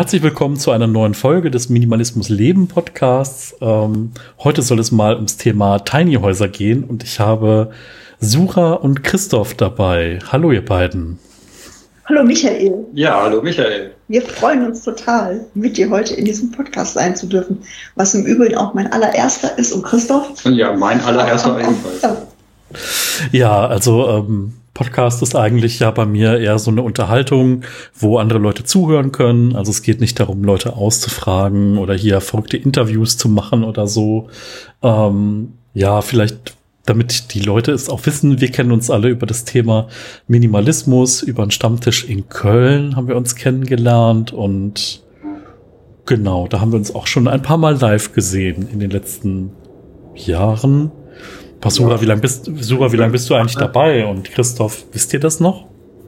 Herzlich willkommen zu einer neuen Folge des Minimalismus Leben Podcasts. Heute soll es mal ums Thema Tiny Häuser gehen und ich habe Sura und Christoph dabei. Hallo ihr beiden. Hallo Michael. Ja, hallo Michael. Wir freuen uns total, mit dir heute in diesem Podcast sein zu dürfen, was im Übrigen auch mein allererster ist. Und Christoph? Und ja, mein allererster ebenfalls. Ja, also Podcast ist eigentlich ja bei mir eher so eine Unterhaltung, wo andere Leute zuhören können. Also es geht nicht darum, Leute auszufragen oder hier verrückte Interviews zu machen oder so. Ja, vielleicht, damit die Leute es auch wissen, wir kennen uns alle über das Thema Minimalismus, über einen Stammtisch in Köln haben wir uns kennengelernt und genau, da haben wir uns auch schon ein paar Mal live gesehen in den letzten Jahren. Sura, wie lange bist du eigentlich dabei? Und Christoph, wisst ihr das noch?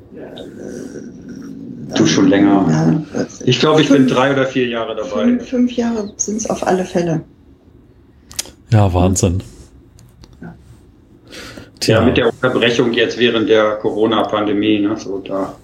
Du schon länger. Ja, ich glaube, ich bin 3 oder 4 Jahre dabei. 5 Jahre sind es auf alle Fälle. Ja, Wahnsinn. Ja, mit der Unterbrechung jetzt während der Corona-Pandemie, ne, so da.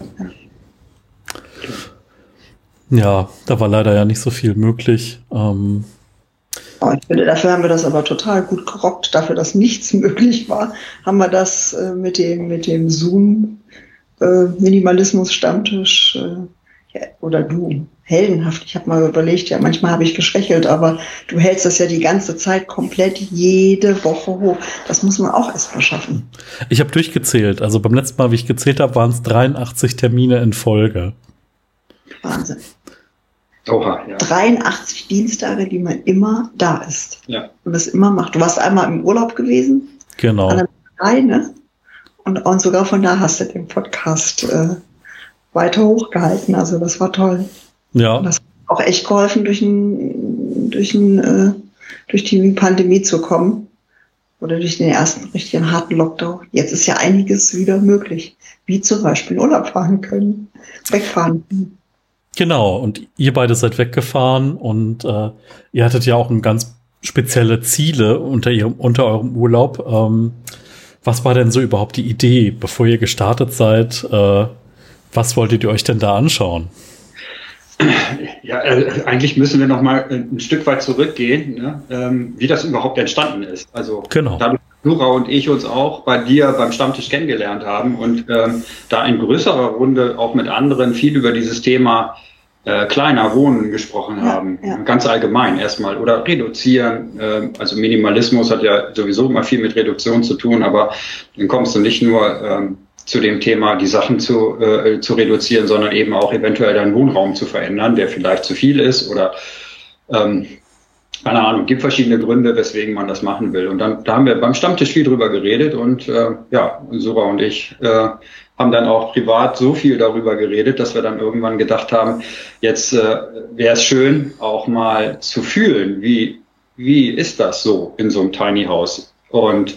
Ja, da war leider ja nicht so viel möglich. Ich finde, dafür haben wir das aber total gut gerockt. Dafür, dass nichts möglich war, haben wir das mit dem Zoom Minimalismus-Stammtisch oder du, heldenhaft. Ich habe mal überlegt, ja, manchmal habe ich geschwächelt, aber du hältst das ja die ganze Zeit komplett jede Woche hoch. Das muss man auch erst mal schaffen. Ich habe durchgezählt. Also beim letzten Mal, wie ich gezählt habe, waren es 83 Termine in Folge. Wahnsinn. Oha, ja. 83 Dienstage, die man immer da ist. Ja. Und das immer macht. Du warst einmal im Urlaub gewesen. Genau. Ne? Und sogar von da hast du den Podcast weiter hochgehalten. Also das war toll. Ja. Und das hat auch echt geholfen, durch die Pandemie zu kommen. Oder durch den ersten richtigen harten Lockdown. Jetzt ist ja einiges wieder möglich. Wie zum Beispiel Urlaub fahren können, wegfahren können. Genau, und ihr beide seid weggefahren und ihr hattet ja auch ganz spezielle Ziele unter eurem Urlaub. Was war denn so überhaupt die Idee, bevor ihr gestartet seid? Was wolltet ihr euch denn da anschauen? Ja, eigentlich müssen wir noch mal ein Stück weit zurückgehen, ne? Wie das überhaupt entstanden ist. Also genau. Dadurch, dass Sura und ich uns auch bei dir beim Stammtisch kennengelernt haben und da in größerer Runde auch mit anderen viel über dieses Thema kleiner Wohnen gesprochen haben, ganz allgemein erstmal, oder reduzieren. Also Minimalismus hat ja sowieso immer viel mit Reduktion zu tun, aber dann kommst du nicht nur zu dem Thema, die Sachen zu reduzieren, sondern eben auch eventuell deinen Wohnraum zu verändern, der vielleicht zu viel ist oder keine Ahnung, gibt verschiedene Gründe, weswegen man das machen will. Und da haben wir beim Stammtisch viel drüber geredet und Sura und ich haben dann auch privat so viel darüber geredet, dass wir dann irgendwann gedacht haben, jetzt wäre es schön, auch mal zu fühlen, wie ist das so in so einem Tiny House? Und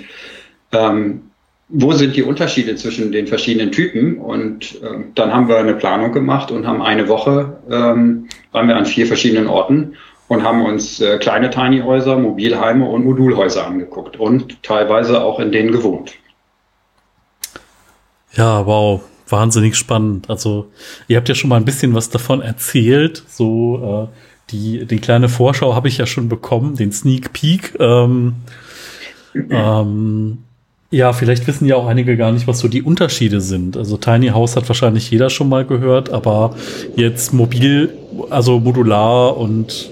wo sind die Unterschiede zwischen den verschiedenen Typen? Und dann haben wir eine Planung gemacht und haben eine Woche, waren wir an 4 verschiedenen Orten und haben uns kleine Tiny Häuser, Mobilheime und Modulhäuser angeguckt und teilweise auch in denen gewohnt. Ja, wow, wahnsinnig spannend. Also ihr habt ja schon mal ein bisschen was davon erzählt. So die kleine Vorschau habe ich ja schon bekommen, den Sneak Peek. Ja, vielleicht wissen ja auch einige gar nicht, was so die Unterschiede sind. Also Tiny House hat wahrscheinlich jeder schon mal gehört, aber jetzt modular und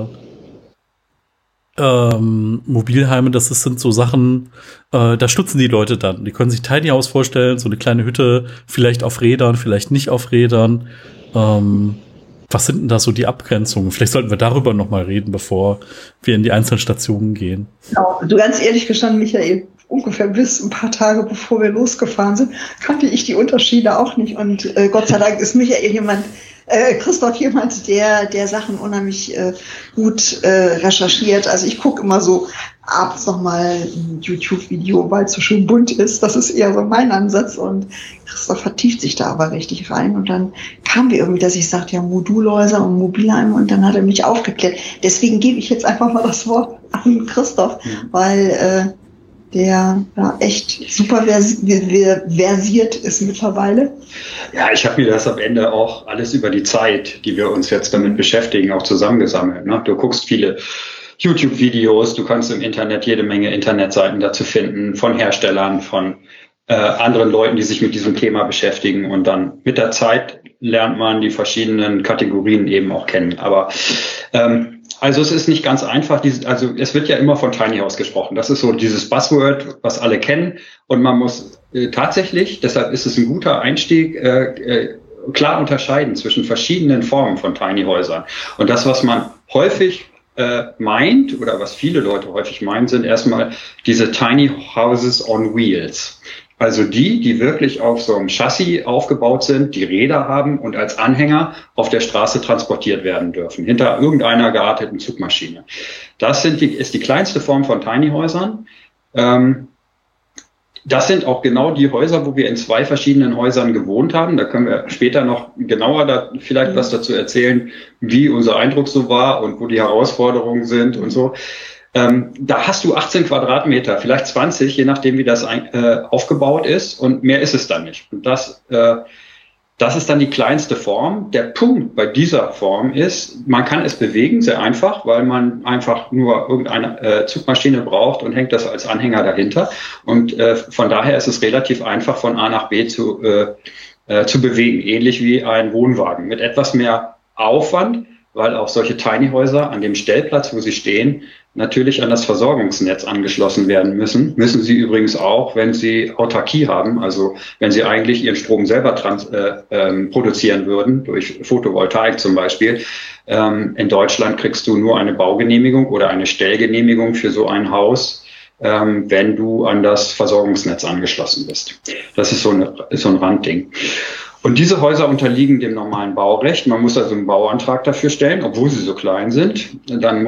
Mobilheime, sind so Sachen, da stutzen die Leute dann. Die können sich Tiny House vorstellen, so eine kleine Hütte, vielleicht auf Rädern, vielleicht nicht auf Rädern. Was sind denn da so die Abgrenzungen? Vielleicht sollten wir darüber noch mal reden, bevor wir in die einzelnen Stationen gehen. Genau. Du, ganz ehrlich gestanden, Michael, ungefähr bis ein paar Tage bevor wir losgefahren sind, kannte ich die Unterschiede auch nicht. Und Gott sei Dank ist Michael Christoph jemand, der Sachen unheimlich gut recherchiert. Also ich gucke immer so abends nochmal ein YouTube-Video, weil es so schön bunt ist. Das ist eher so mein Ansatz. Und Christoph vertieft sich da aber richtig rein. Und dann kam wir irgendwie, dass ich sagte, ja, Modulhäuser und Mobilheime. Und dann hat er mich aufgeklärt. Deswegen gebe ich jetzt einfach mal das Wort an Christoph, weil der echt super versiert ist mittlerweile. Ja, ich habe mir das am Ende auch alles über die Zeit, die wir uns jetzt damit beschäftigen, auch zusammengesammelt. Ne? Du guckst viele YouTube-Videos, du kannst im Internet jede Menge Internetseiten dazu finden, von Herstellern, von anderen Leuten, die sich mit diesem Thema beschäftigen. Und dann mit der Zeit lernt man die verschiedenen Kategorien eben auch kennen. Aber also es ist nicht ganz einfach. Also es wird ja immer von Tiny House gesprochen. Das ist so dieses Buzzword, was alle kennen. Und man muss tatsächlich, deshalb ist es ein guter Einstieg, klar unterscheiden zwischen verschiedenen Formen von Tiny Häusern. Und das, was man häufig meint oder was viele Leute häufig meinen, sind erstmal diese Tiny Houses on Wheels. Also die wirklich auf so einem Chassis aufgebaut sind, die Räder haben und als Anhänger auf der Straße transportiert werden dürfen, hinter irgendeiner gearteten Zugmaschine. Das ist die kleinste Form von Tiny Häusern. Das sind auch genau die Häuser, wo wir in 2 verschiedenen Häusern gewohnt haben. Da können wir später noch genauer vielleicht was dazu erzählen, wie unser Eindruck so war und wo die Herausforderungen sind und so. Da hast du 18 Quadratmeter, vielleicht 20, je nachdem, wie das aufgebaut ist. Und mehr ist es dann nicht. Und das ist dann die kleinste Form. Der Punkt bei dieser Form ist, man kann es bewegen, sehr einfach, weil man einfach nur irgendeine Zugmaschine braucht und hängt das als Anhänger dahinter. Und von daher ist es relativ einfach, von A nach B zu bewegen, ähnlich wie ein Wohnwagen. Mit etwas mehr Aufwand, weil auch solche Tiny Häuser an dem Stellplatz, wo sie stehen, natürlich an das Versorgungsnetz angeschlossen werden müssen. Müssen sie übrigens auch, wenn sie Autarkie haben, also wenn sie eigentlich ihren Strom selber produzieren würden, durch Photovoltaik zum Beispiel. In Deutschland kriegst du nur eine Baugenehmigung oder eine Stellgenehmigung für so ein Haus, wenn du an das Versorgungsnetz angeschlossen bist. Das ist so ein Randding. Und diese Häuser unterliegen dem normalen Baurecht. Man muss also einen Bauantrag dafür stellen, obwohl sie so klein sind. Dann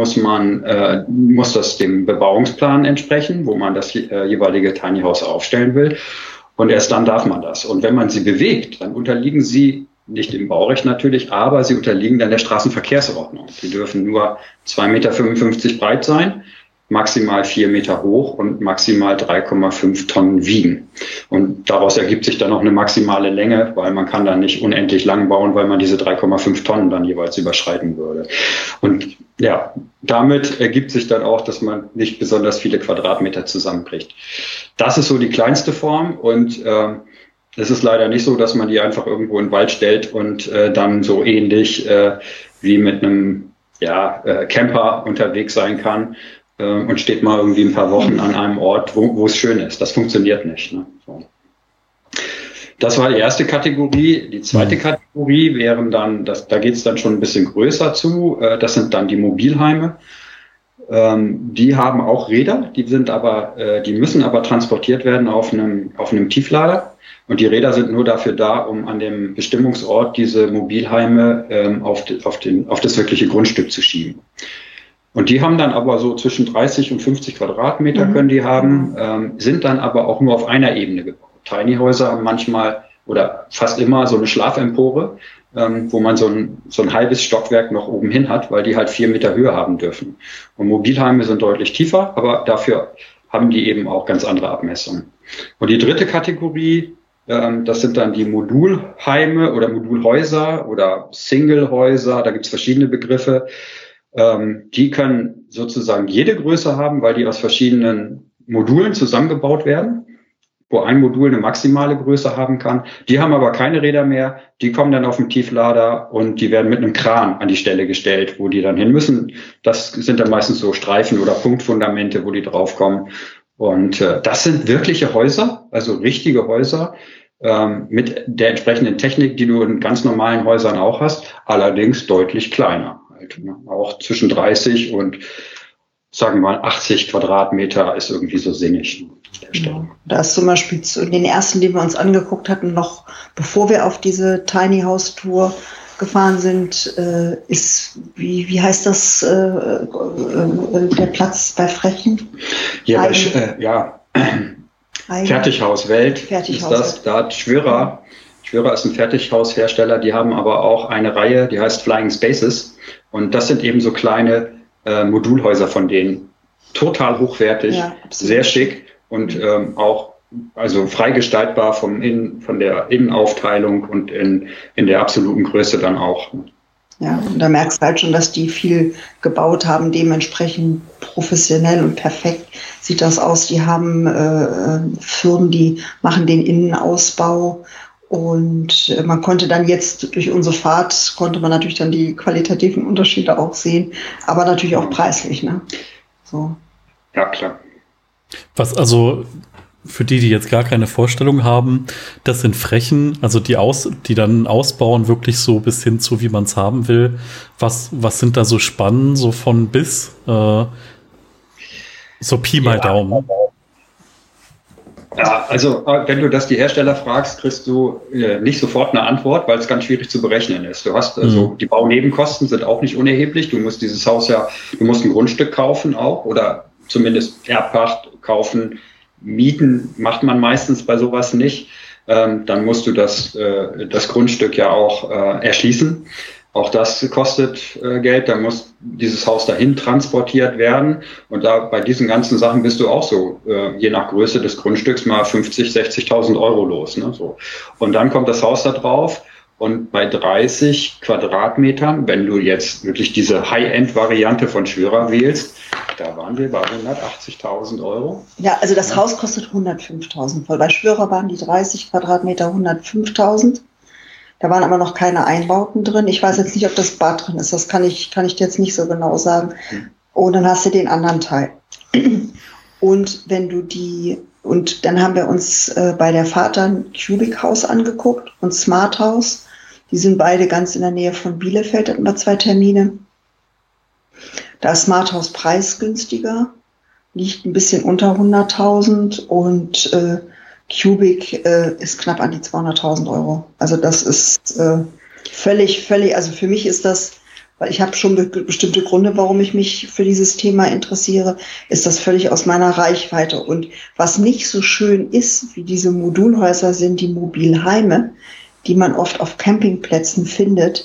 muss das dem Bebauungsplan entsprechen, wo man das jeweilige Tiny House aufstellen will. Und erst dann darf man das. Und wenn man sie bewegt, dann unterliegen sie nicht dem Baurecht natürlich, aber sie unterliegen dann der Straßenverkehrsordnung. Die dürfen nur 2,55 Meter breit sein, maximal 4 Meter hoch und maximal 3,5 Tonnen wiegen. Und daraus ergibt sich dann noch eine maximale Länge, weil man kann dann nicht unendlich lang bauen, weil man diese 3,5 Tonnen dann jeweils überschreiten würde. Und ja, damit ergibt sich dann auch, dass man nicht besonders viele Quadratmeter zusammenkriegt. Das ist so die kleinste Form und es ist leider nicht so, dass man die einfach irgendwo in den Wald stellt und dann so ähnlich wie mit einem Camper unterwegs sein kann und steht mal irgendwie ein paar Wochen an einem Ort, wo es schön ist. Das funktioniert nicht. Ne? So. Das war die erste Kategorie. Die zweite Kategorie wären dann, da geht es dann schon ein bisschen größer zu, das sind dann die Mobilheime. Die haben auch Räder, die müssen aber transportiert werden auf einem Tieflader. Und die Räder sind nur dafür da, um an dem Bestimmungsort diese Mobilheime auf das wirkliche Grundstück zu schieben. Und die haben dann aber so zwischen 30 und 50 Quadratmeter können die haben, sind dann aber auch nur auf einer Ebene gebaut. Tiny Häuser haben manchmal oder fast immer so eine Schlafempore, wo man so ein halbes Stockwerk noch oben hin hat, weil die halt 4 Meter Höhe haben dürfen. Und Mobilheime sind deutlich tiefer, aber dafür haben die eben auch ganz andere Abmessungen. Und die dritte Kategorie, das sind dann die Modulheime oder Modulhäuser oder Singlehäuser, da gibt es verschiedene Begriffe. Die können sozusagen jede Größe haben, weil die aus verschiedenen Modulen zusammengebaut werden, wo ein Modul eine maximale Größe haben kann. Die haben aber keine Räder mehr, die kommen dann auf den Tieflader und die werden mit einem Kran an die Stelle gestellt, wo die dann hin müssen. Das sind dann meistens so Streifen oder Punktfundamente, wo die draufkommen. Und das sind wirkliche Häuser, also richtige Häuser, mit der entsprechenden Technik, die du in ganz normalen Häusern auch hast, allerdings deutlich kleiner. Auch zwischen 30 und, sagen wir mal, 80 Quadratmeter ist irgendwie so sinnig. Ja, da ist zum Beispiel den ersten, den wir uns angeguckt hatten, noch bevor wir auf diese Tiny House Tour gefahren sind, ist, wie heißt das, der Platz bei Frechen? Ja, Fertighauswelt ist das. Da hat Schwörer ist ein Fertighaushersteller, die haben aber auch eine Reihe, die heißt Flying Spaces. Und das sind eben so kleine Modulhäuser von denen. Total hochwertig, sehr schick. und auch also frei gestaltbar von der Innenaufteilung und in der absoluten Größe dann auch. Ja, und da merkst du halt schon, dass die viel gebaut haben, dementsprechend professionell und perfekt sieht das aus. Die haben Firmen, die machen den Innenausbau und man konnte dann jetzt durch unsere Fahrt, konnte man natürlich dann die qualitativen Unterschiede auch sehen, aber natürlich auch preislich, ne? So. Ja, klar. Was also für die jetzt gar keine Vorstellung haben, das sind Flächen, also die dann ausbauen, wirklich so bis hin zu, wie man es haben will. Was sind da so Spannen, so von bis, so Pi mal Daumen? Ja, also wenn du das die Hersteller fragst, kriegst du nicht sofort eine Antwort, weil es ganz schwierig zu berechnen ist. Du hast also die Baunebenkosten sind auch nicht unerheblich. Du musst dieses Haus du musst ein Grundstück kaufen auch oder zumindest Erbpacht kaufen. Mieten macht man meistens bei sowas nicht. Dann musst du das Grundstück ja auch erschließen. Auch das kostet Geld. Dann muss dieses Haus dahin transportiert werden. Und da bei diesen ganzen Sachen bist du auch so, je nach Größe des Grundstücks, mal 50.000, 60.000 Euro los. Ne? So. Und dann kommt das Haus da drauf. Und bei 30 Quadratmetern, wenn du jetzt wirklich diese High-End-Variante von Schwyra wählst, da waren wir bei 180.000 Euro. Ja, also das Haus kostet 105.000 voll. Bei Schwyra waren die 30 Quadratmeter 105.000. Da waren aber noch keine Einbauten drin. Ich weiß jetzt nicht, ob das Bad drin ist. Das kann ich dir jetzt nicht so genau sagen. Und dann hast du den anderen Teil. Und und dann haben wir uns bei der Vater ein Cubic House angeguckt und Smart House. Die sind beide ganz in der Nähe von Bielefeld, hatten wir 2 Termine. Da ist Smart House preisgünstiger, liegt ein bisschen unter 100.000 und Cubic ist knapp an die 200.000 Euro. Also das ist völlig, also für mich ist das, weil ich habe schon bestimmte Gründe, warum ich mich für dieses Thema interessiere, ist das völlig aus meiner Reichweite. Und was nicht so schön ist, wie diese Modulhäuser sind, die Mobilheime, die man oft auf Campingplätzen findet,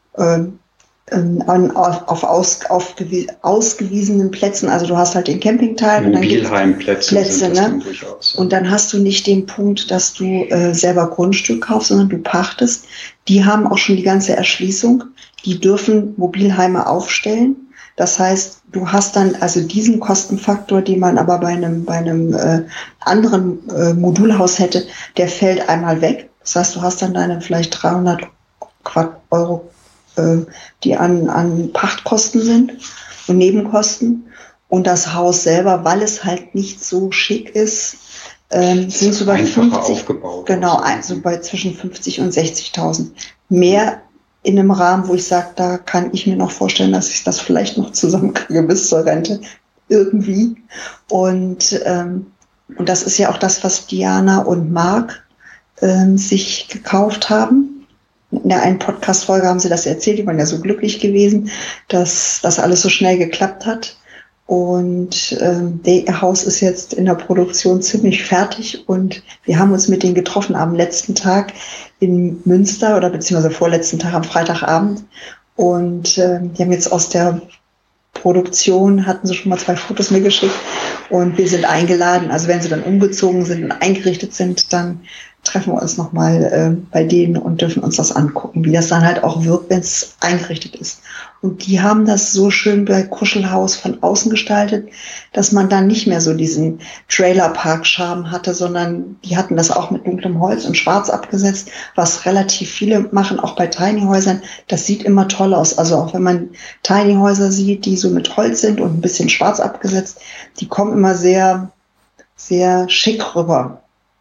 auf ausgewiesenen Plätzen. Also du hast halt den Campingteil und dann Mobilheimplätze, ne? Und dann hast du nicht den Punkt, dass du selber Grundstück kaufst, sondern du pachtest. Die haben auch schon die ganze Erschließung. Die dürfen Mobilheime aufstellen. Das heißt, du hast dann also diesen Kostenfaktor, den man aber bei einem anderen Modulhaus hätte, der fällt einmal weg. Das heißt, du hast dann deine vielleicht 300 Euro, die an Pachtkosten sind und Nebenkosten. Und das Haus selber, weil es halt nicht so schick ist, sind so bei 50, genau, also bei zwischen 50 und 60.000. Mehr in einem Rahmen, wo ich sage, da kann ich mir noch vorstellen, dass ich das vielleicht noch zusammenkriege bis zur Rente irgendwie. Und das ist ja auch das, was Diana und Marc sich gekauft haben. In der einen Podcast-Folge haben sie das erzählt, die waren ja so glücklich gewesen, dass das alles so schnell geklappt hat. Und ihr Haus ist jetzt in der Produktion ziemlich fertig und wir haben uns mit denen getroffen am letzten Tag in Münster oder beziehungsweise vorletzten Tag am Freitagabend. Und die haben jetzt aus der Produktion, hatten sie schon mal 2 Fotos mir geschickt und wir sind eingeladen. Also wenn sie dann umgezogen sind und eingerichtet sind, dann treffen wir uns nochmal bei denen und dürfen uns das angucken, wie das dann halt auch wirkt, wenn es eingerichtet ist. Und die haben das so schön bei Kuschelhaus von außen gestaltet, dass man dann nicht mehr so diesen Trailerpark-Charme hatte, sondern die hatten das auch mit dunklem Holz und schwarz abgesetzt, was relativ viele machen, auch bei Tiny-Häusern. Das sieht immer toll aus. Also auch wenn man Tiny-Häuser sieht, die so mit Holz sind und ein bisschen schwarz abgesetzt, die kommen immer sehr, sehr schick rüber.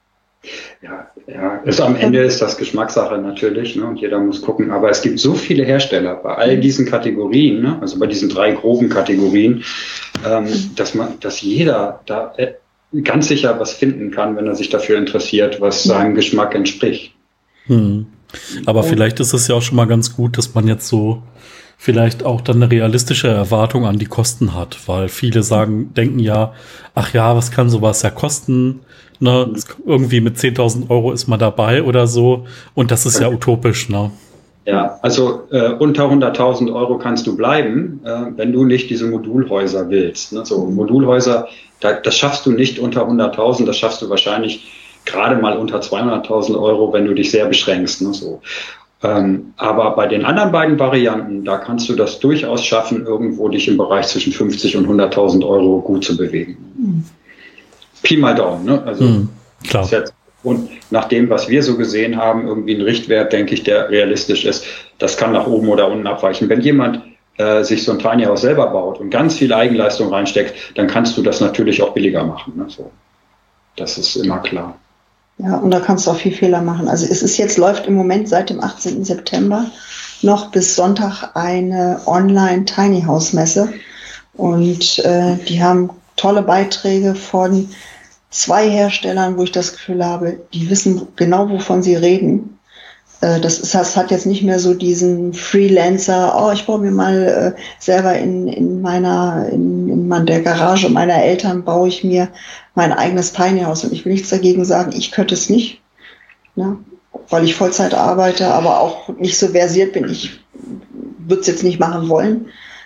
Ja, am Ende ist das Geschmackssache natürlich, ne, und jeder muss gucken. Aber es gibt so viele Hersteller bei all diesen Kategorien, ne, also bei diesen 3 groben Kategorien, dass jeder da ganz sicher was finden kann, wenn er sich dafür interessiert, was seinem Geschmack entspricht. Aber vielleicht ist es ja auch schon mal ganz gut, dass man jetzt so vielleicht auch dann eine realistische Erwartung an die Kosten hat, weil viele denken ja, ach ja, was kann sowas ja kosten? Ne? Irgendwie mit 10.000 Euro ist man dabei oder so. Und das ist ja utopisch, ne? Ja, also unter 100.000 Euro kannst du bleiben, wenn du nicht diese Modulhäuser willst. Ne? So Modulhäuser, das schaffst du nicht unter 100.000, das schaffst du wahrscheinlich gerade mal unter 200.000 Euro, wenn du dich sehr beschränkst. Ne? So. Aber bei den anderen beiden Varianten, da kannst du das durchaus schaffen, irgendwo dich im Bereich zwischen 50 und 100.000 Euro gut zu bewegen. Pi mal Daumen, ne? Also klar. ist jetzt, und nach dem, was wir so gesehen haben, irgendwie ein Richtwert, denke ich, der realistisch ist. Das kann nach oben oder unten abweichen. Wenn jemand sich so ein Tiny House selber baut und ganz viel Eigenleistung reinsteckt, dann kannst du das natürlich auch billiger machen. Ne? So. Das ist immer klar. Ja, und da kannst du auch viel Fehler machen. Also es ist jetzt, läuft im Moment seit dem 18. September noch bis Sonntag eine Online-Tiny House Messe. Und die haben tolle Beiträge von 2 Herstellern, wo ich das Gefühl habe, die wissen genau, wovon sie reden. Das hat jetzt nicht mehr so diesen Freelancer, ich baue mir mal selber in der Garage meiner Eltern baue ich mir mein eigenes Tiny House. Und ich will nichts dagegen sagen, ich könnte es nicht, ne? Weil ich Vollzeit arbeite, aber auch nicht so versiert bin. Ich würde es jetzt nicht machen wollen.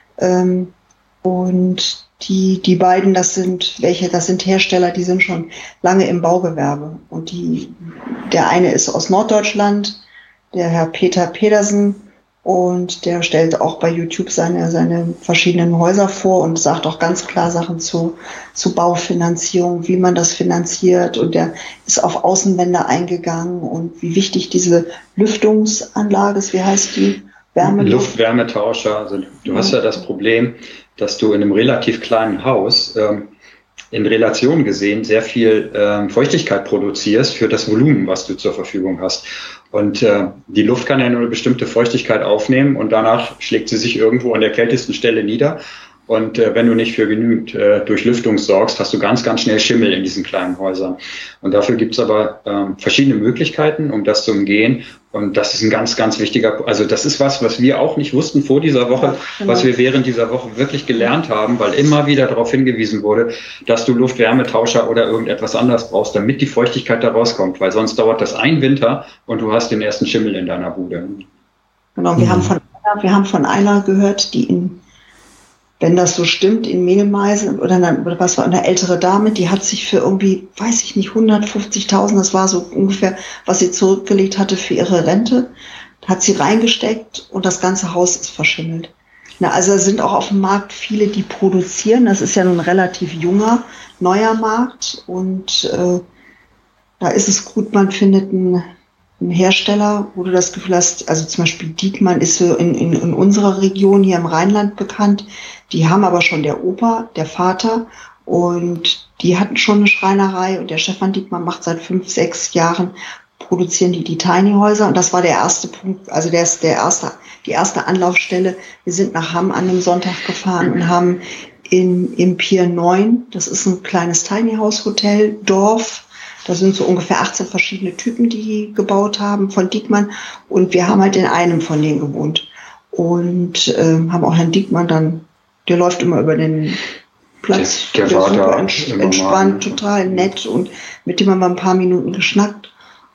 Und die beiden, das sind Hersteller, die sind schon lange im Baugewerbe. Und der eine ist aus Norddeutschland, der Herr Peter Pedersen, und der stellt auch bei YouTube seine verschiedenen Häuser vor und sagt auch ganz klar Sachen zu Baufinanzierung, wie man das finanziert, und der ist auf Außenwände eingegangen und wie wichtig diese Lüftungsanlage ist, wie heißt die? Luft-Wärmetauscher. Also du hast ja das Problem, dass du in einem relativ kleinen Haus in Relation gesehen sehr viel Feuchtigkeit produzierst für das Volumen, was du zur Verfügung hast. Und die Luft kann ja nur eine bestimmte Feuchtigkeit aufnehmen und danach schlägt sie sich irgendwo an der kältesten Stelle nieder. Und wenn du nicht für genügend Durchlüftung sorgst, hast du ganz, ganz schnell Schimmel in diesen kleinen Häusern. Und dafür gibt's aber verschiedene Möglichkeiten, um das zu umgehen. Und das ist ein ganz, ganz wichtiger, also das ist was wir auch nicht wussten vor dieser Woche, ja, genau. Was wir während dieser Woche wirklich gelernt haben, weil immer wieder darauf hingewiesen wurde, dass du Luft-Wärmetauscher oder irgendetwas anderes brauchst, damit die Feuchtigkeit da rauskommt, weil sonst dauert das ein Winter und du hast den ersten Schimmel in deiner Bude. Genau, wir haben von einer gehört, die wenn das so stimmt, in Mehlmeisen oder was war eine ältere Dame, die hat sich für irgendwie, weiß ich nicht, 150.000, das war so ungefähr, was sie zurückgelegt hatte für ihre Rente, hat sie reingesteckt und das ganze Haus ist verschimmelt. Na, also es sind auch auf dem Markt viele, die produzieren. Das ist ja nun ein relativ neuer Markt, und da ist es gut, man findet einen Hersteller, wo du das Gefühl hast, also zum Beispiel Diekmann ist so in unserer Region hier im Rheinland bekannt. Die haben aber schon der Opa, der Vater, und die hatten schon eine Schreinerei, und der Stefan Diekmann macht seit 5, 6 Jahren, produzieren die Tiny Häuser, und das war der erste Punkt, also die erste Anlaufstelle. Wir sind nach Hamm an einem Sonntag gefahren und haben im Pier 9, das ist ein kleines Tiny House Hotel, Dorf. Da sind so ungefähr 18 verschiedene Typen, die gebaut haben von Diekmann. Und wir haben halt in einem von denen gewohnt. Und haben auch Herrn Diekmann dann, der läuft immer über den Platz. Der war da entspannt, total nett. Und mit dem haben wir ein paar Minuten geschnackt.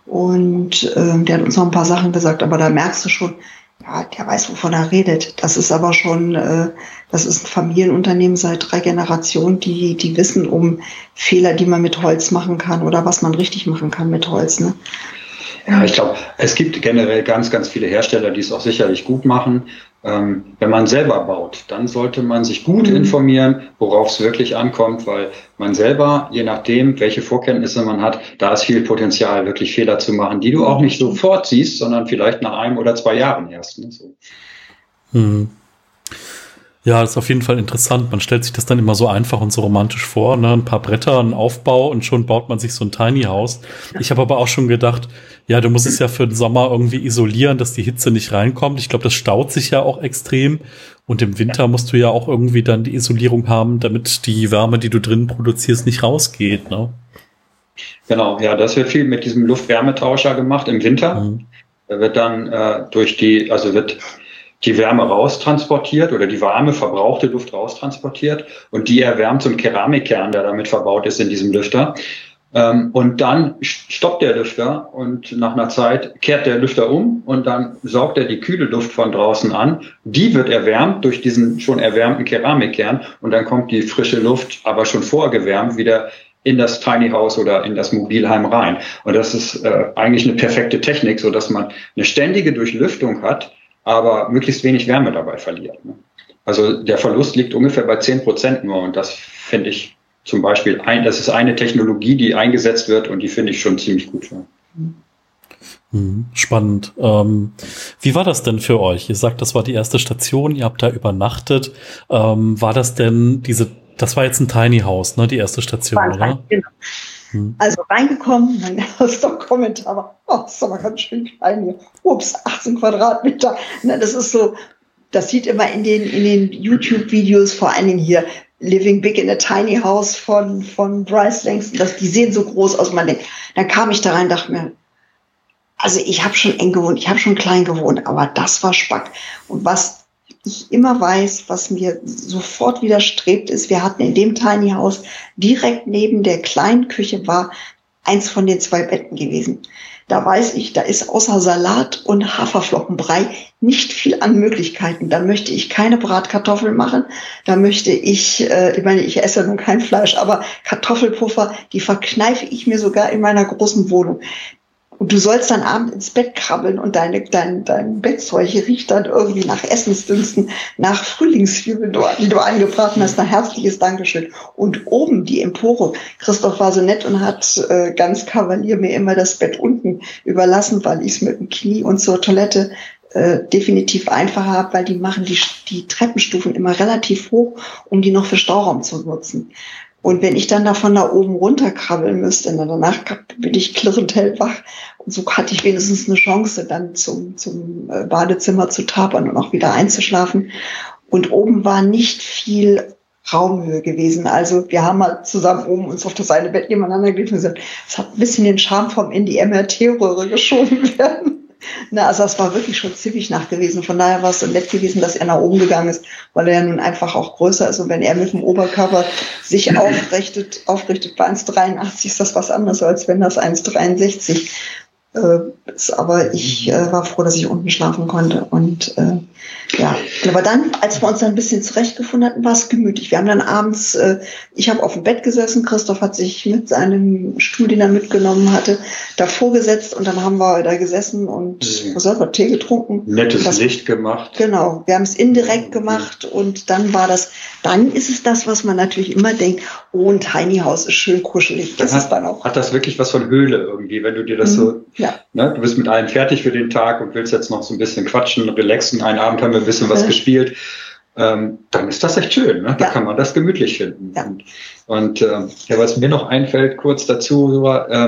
Und der hat uns noch ein paar Sachen gesagt. Aber da merkst du schon, ja, der weiß, wovon er redet. Das ist aber schon, das ist ein Familienunternehmen seit 3 Generationen, die wissen um Fehler, die man mit Holz machen kann oder was man richtig machen kann mit Holz, ne? Ja, ich glaube, es gibt generell ganz, ganz viele Hersteller, die es auch sicherlich gut machen. Wenn man selber baut, dann sollte man sich gut informieren, worauf es wirklich ankommt, weil man selber, je nachdem, welche Vorkenntnisse man hat, da ist viel Potenzial, wirklich Fehler zu machen, die du auch nicht sofort siehst, sondern vielleicht nach 1 oder 2 Jahren erst. Ne? So. Ja, das ist auf jeden Fall interessant. Man stellt sich das dann immer so einfach und so romantisch vor, ne? Ein paar Bretter, ein Aufbau, und schon baut man sich so ein Tiny House. Ich habe aber auch schon gedacht, ja, du musst es ja für den Sommer irgendwie isolieren, dass die Hitze nicht reinkommt. Ich glaube, das staut sich ja auch extrem. Und im Winter musst du ja auch irgendwie dann die Isolierung haben, damit die Wärme, die du drin produzierst, nicht rausgeht, ne? Genau, ja, das wird viel mit diesem Luft-Wärmetauscher gemacht im Winter. Da wird dann wird die Wärme raustransportiert oder die warme, verbrauchte Luft raustransportiert, und die erwärmt so einen Keramikkern, der damit verbaut ist in diesem Lüfter. Und dann stoppt der Lüfter und nach einer Zeit kehrt der Lüfter um und dann saugt er die kühle Luft von draußen an. Die wird erwärmt durch diesen schon erwärmten Keramikkern und dann kommt die frische Luft, aber schon vorgewärmt, wieder in das Tiny House oder in das Mobilheim rein. Und das ist eigentlich eine perfekte Technik, so dass man eine ständige Durchlüftung hat, aber möglichst wenig Wärme dabei verliert. Ne? Also der Verlust liegt ungefähr bei 10% nur und das finde ich zum Beispiel, das ist eine Technologie, die eingesetzt wird und die finde ich schon ziemlich gut. Ja. Spannend. Wie war das denn für euch? Ihr sagt, das war die erste Station, ihr habt da übernachtet. War das denn das war jetzt ein Tiny House, ne, die erste Station, oder? Genau. Also reingekommen, mein erster Kommentar war, das ist aber ganz schön klein hier. Ups, 18 Quadratmeter. Na, das ist so, das sieht immer in den YouTube-Videos, vor allen Dingen hier, Living Big in a Tiny House von Bryce Langston, die sehen so groß aus. Dann kam ich da rein und dachte mir, also ich habe schon eng gewohnt, ich habe schon klein gewohnt, aber das war Spack. Und was ich immer weiß, was mir sofort widerstrebt ist, wir hatten in dem Tiny House direkt neben der kleinen Küche war eins von den 2 Betten gewesen. Da weiß ich, da ist außer Salat und Haferflockenbrei nicht viel an Möglichkeiten. Da möchte ich keine Bratkartoffeln machen. Da möchte ich meine, ich esse nun kein Fleisch, aber Kartoffelpuffer, die verkneife ich mir sogar in meiner großen Wohnung. Und du sollst dann abends ins Bett krabbeln und dein Bettzeug riecht dann irgendwie nach Essensdünsten, nach Frühlingszwiebeln, die du angebraten hast. Ein herzliches Dankeschön. Und oben die Empore. Christoph war so nett und hat ganz Kavalier mir immer das Bett unten überlassen, weil ich es mit dem Knie und zur Toilette definitiv einfacher habe, weil die machen die Treppenstufen immer relativ hoch, um die noch für Stauraum zu nutzen. Und wenn ich dann davon da oben runterkrabbeln müsste, danach bin ich klirrend hellwach. Und so hatte ich wenigstens eine Chance, dann zum Badezimmer zu tapern und auch wieder einzuschlafen. Und oben war nicht viel Raumhöhe gewesen. Also wir haben mal zusammen oben uns auf das eine Bett nebeneinander gelegt und gesagt, es hat ein bisschen den Charme vom in die MRT-Röhre geschoben werden. Na, also es war wirklich schon ziemlich nach gewesen. Von daher war es so nett gewesen, dass er nach oben gegangen ist, weil er ja nun einfach auch größer ist. Und wenn er mit dem Oberkörper sich aufrichtet bei 1,83 ist das was anderes, als wenn das 1,63 ist. Aber ich war froh, dass ich unten schlafen konnte. Und ja, aber dann, als wir uns dann ein bisschen zurechtgefunden hatten, war es gemütlich. Wir haben dann abends, ich habe auf dem Bett gesessen, Christoph hat sich mit seinem Stuhl, den er mitgenommen hatte, davor gesetzt und dann haben wir da gesessen und Tee getrunken. Nettes Licht gemacht. Genau, wir haben es indirekt gemacht und dann ist es das, was man natürlich immer denkt, oh, ein Tiny House ist schön kuschelig. Das ist dann auch. Hat das wirklich was von Höhle irgendwie, wenn du dir das so, ne, du bist mit allem fertig für den Tag und willst jetzt noch so ein bisschen quatschen, relaxen, einen Abend haben wir ein bisschen was gespielt, dann ist das echt schön. Ne? Da kann man das gemütlich finden. Ja. Und was mir noch einfällt, kurz dazu,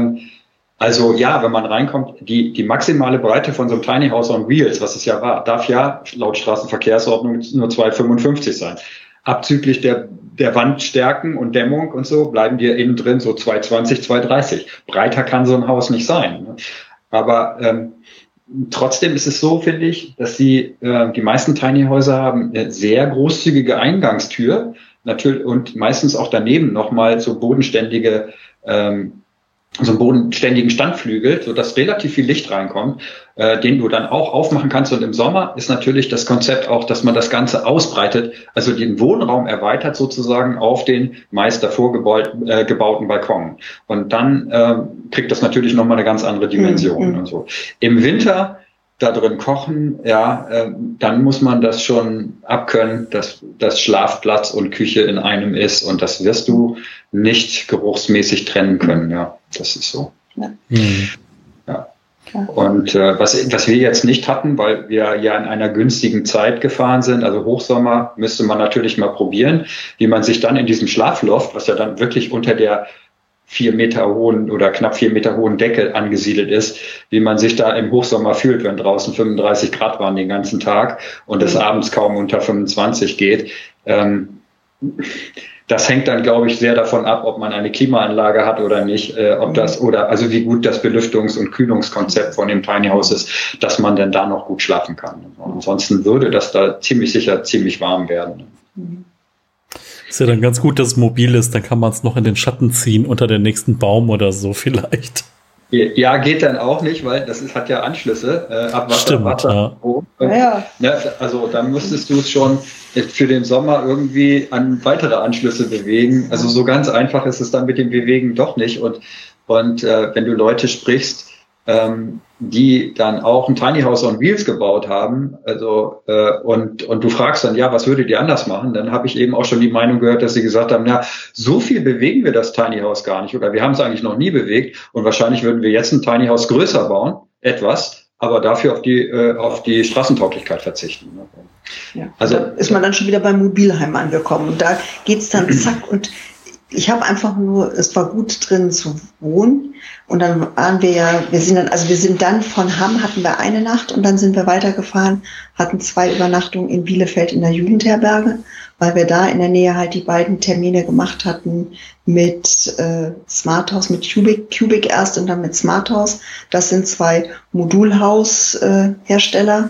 also ja, wenn man reinkommt, die maximale Breite von so einem Tiny House on Wheels, was es ja war, darf ja laut Straßenverkehrsordnung nur 2,55 sein. Abzüglich der Wandstärken und Dämmung und so bleiben dir innen drin so 2,20, 2,30. Breiter kann so ein Haus nicht sein. Ne? Aber trotzdem ist es so, finde ich, dass die meisten Tiny Häuser haben eine sehr großzügige Eingangstür, natürlich, und meistens auch daneben nochmal so so einen bodenständigen Standflügel, sodass relativ viel Licht reinkommt, den du dann auch aufmachen kannst. Und im Sommer ist natürlich das Konzept auch, dass man das Ganze ausbreitet, also den Wohnraum erweitert sozusagen auf den meist davor gebauten Balkon. Und dann kriegt das natürlich nochmal eine ganz andere Dimension. Und so. Im Winter da drin kochen, dann muss man das schon abkönnen, dass Schlafplatz und Küche in einem ist und das wirst du nicht geruchsmäßig trennen können. Ja, das ist so. Ja. Ja. Und was wir jetzt nicht hatten, weil wir ja in einer günstigen Zeit gefahren sind, also Hochsommer, müsste man natürlich mal probieren, wie man sich dann in diesem Schlafloft, was ja dann wirklich unter der 4 Meter hohen oder knapp 4 Meter hohen Decke angesiedelt ist, wie man sich da im Hochsommer fühlt, wenn draußen 35 Grad waren den ganzen Tag und es abends kaum unter 25 geht. Das hängt dann, glaube ich, sehr davon ab, ob man eine Klimaanlage hat oder nicht, also wie gut das Belüftungs- und Kühlungskonzept von dem Tiny House ist, dass man denn da noch gut schlafen kann. Ansonsten würde das da ziemlich sicher ziemlich warm werden. Ist ja dann ganz gut, dass es mobil ist, dann kann man es noch in den Schatten ziehen unter den nächsten Baum oder so vielleicht. Ja, geht dann auch nicht, weil hat ja Anschlüsse, Abwasser, Stimmt, Wasser. Ja. Ja, also da müsstest du es schon für den Sommer irgendwie an weitere Anschlüsse bewegen. Also so ganz einfach ist es dann mit dem Bewegen doch nicht. Und wenn du Leute sprichst, die dann auch ein Tiny House on Wheels gebaut haben, also und du fragst dann, ja, was würdet ihr anders machen? Dann habe ich eben auch schon die Meinung gehört, dass sie gesagt haben, na, so viel bewegen wir das Tiny House gar nicht oder wir haben es eigentlich noch nie bewegt und wahrscheinlich würden wir jetzt ein Tiny House größer bauen, etwas, aber dafür auf die Straßentauglichkeit verzichten. Ja, also da ist man dann schon wieder beim Mobilheim angekommen und da geht's dann zack und ich habe einfach nur, es war gut drin zu wohnen und dann waren wir sind dann von Hamm, hatten wir eine Nacht und dann sind wir weitergefahren, hatten 2 Übernachtungen in Bielefeld in der Jugendherberge, weil wir da in der Nähe halt die beiden Termine gemacht hatten mit Smart House, mit Cubic erst und dann mit Smart House. Das sind 2 Modulhaus-Hersteller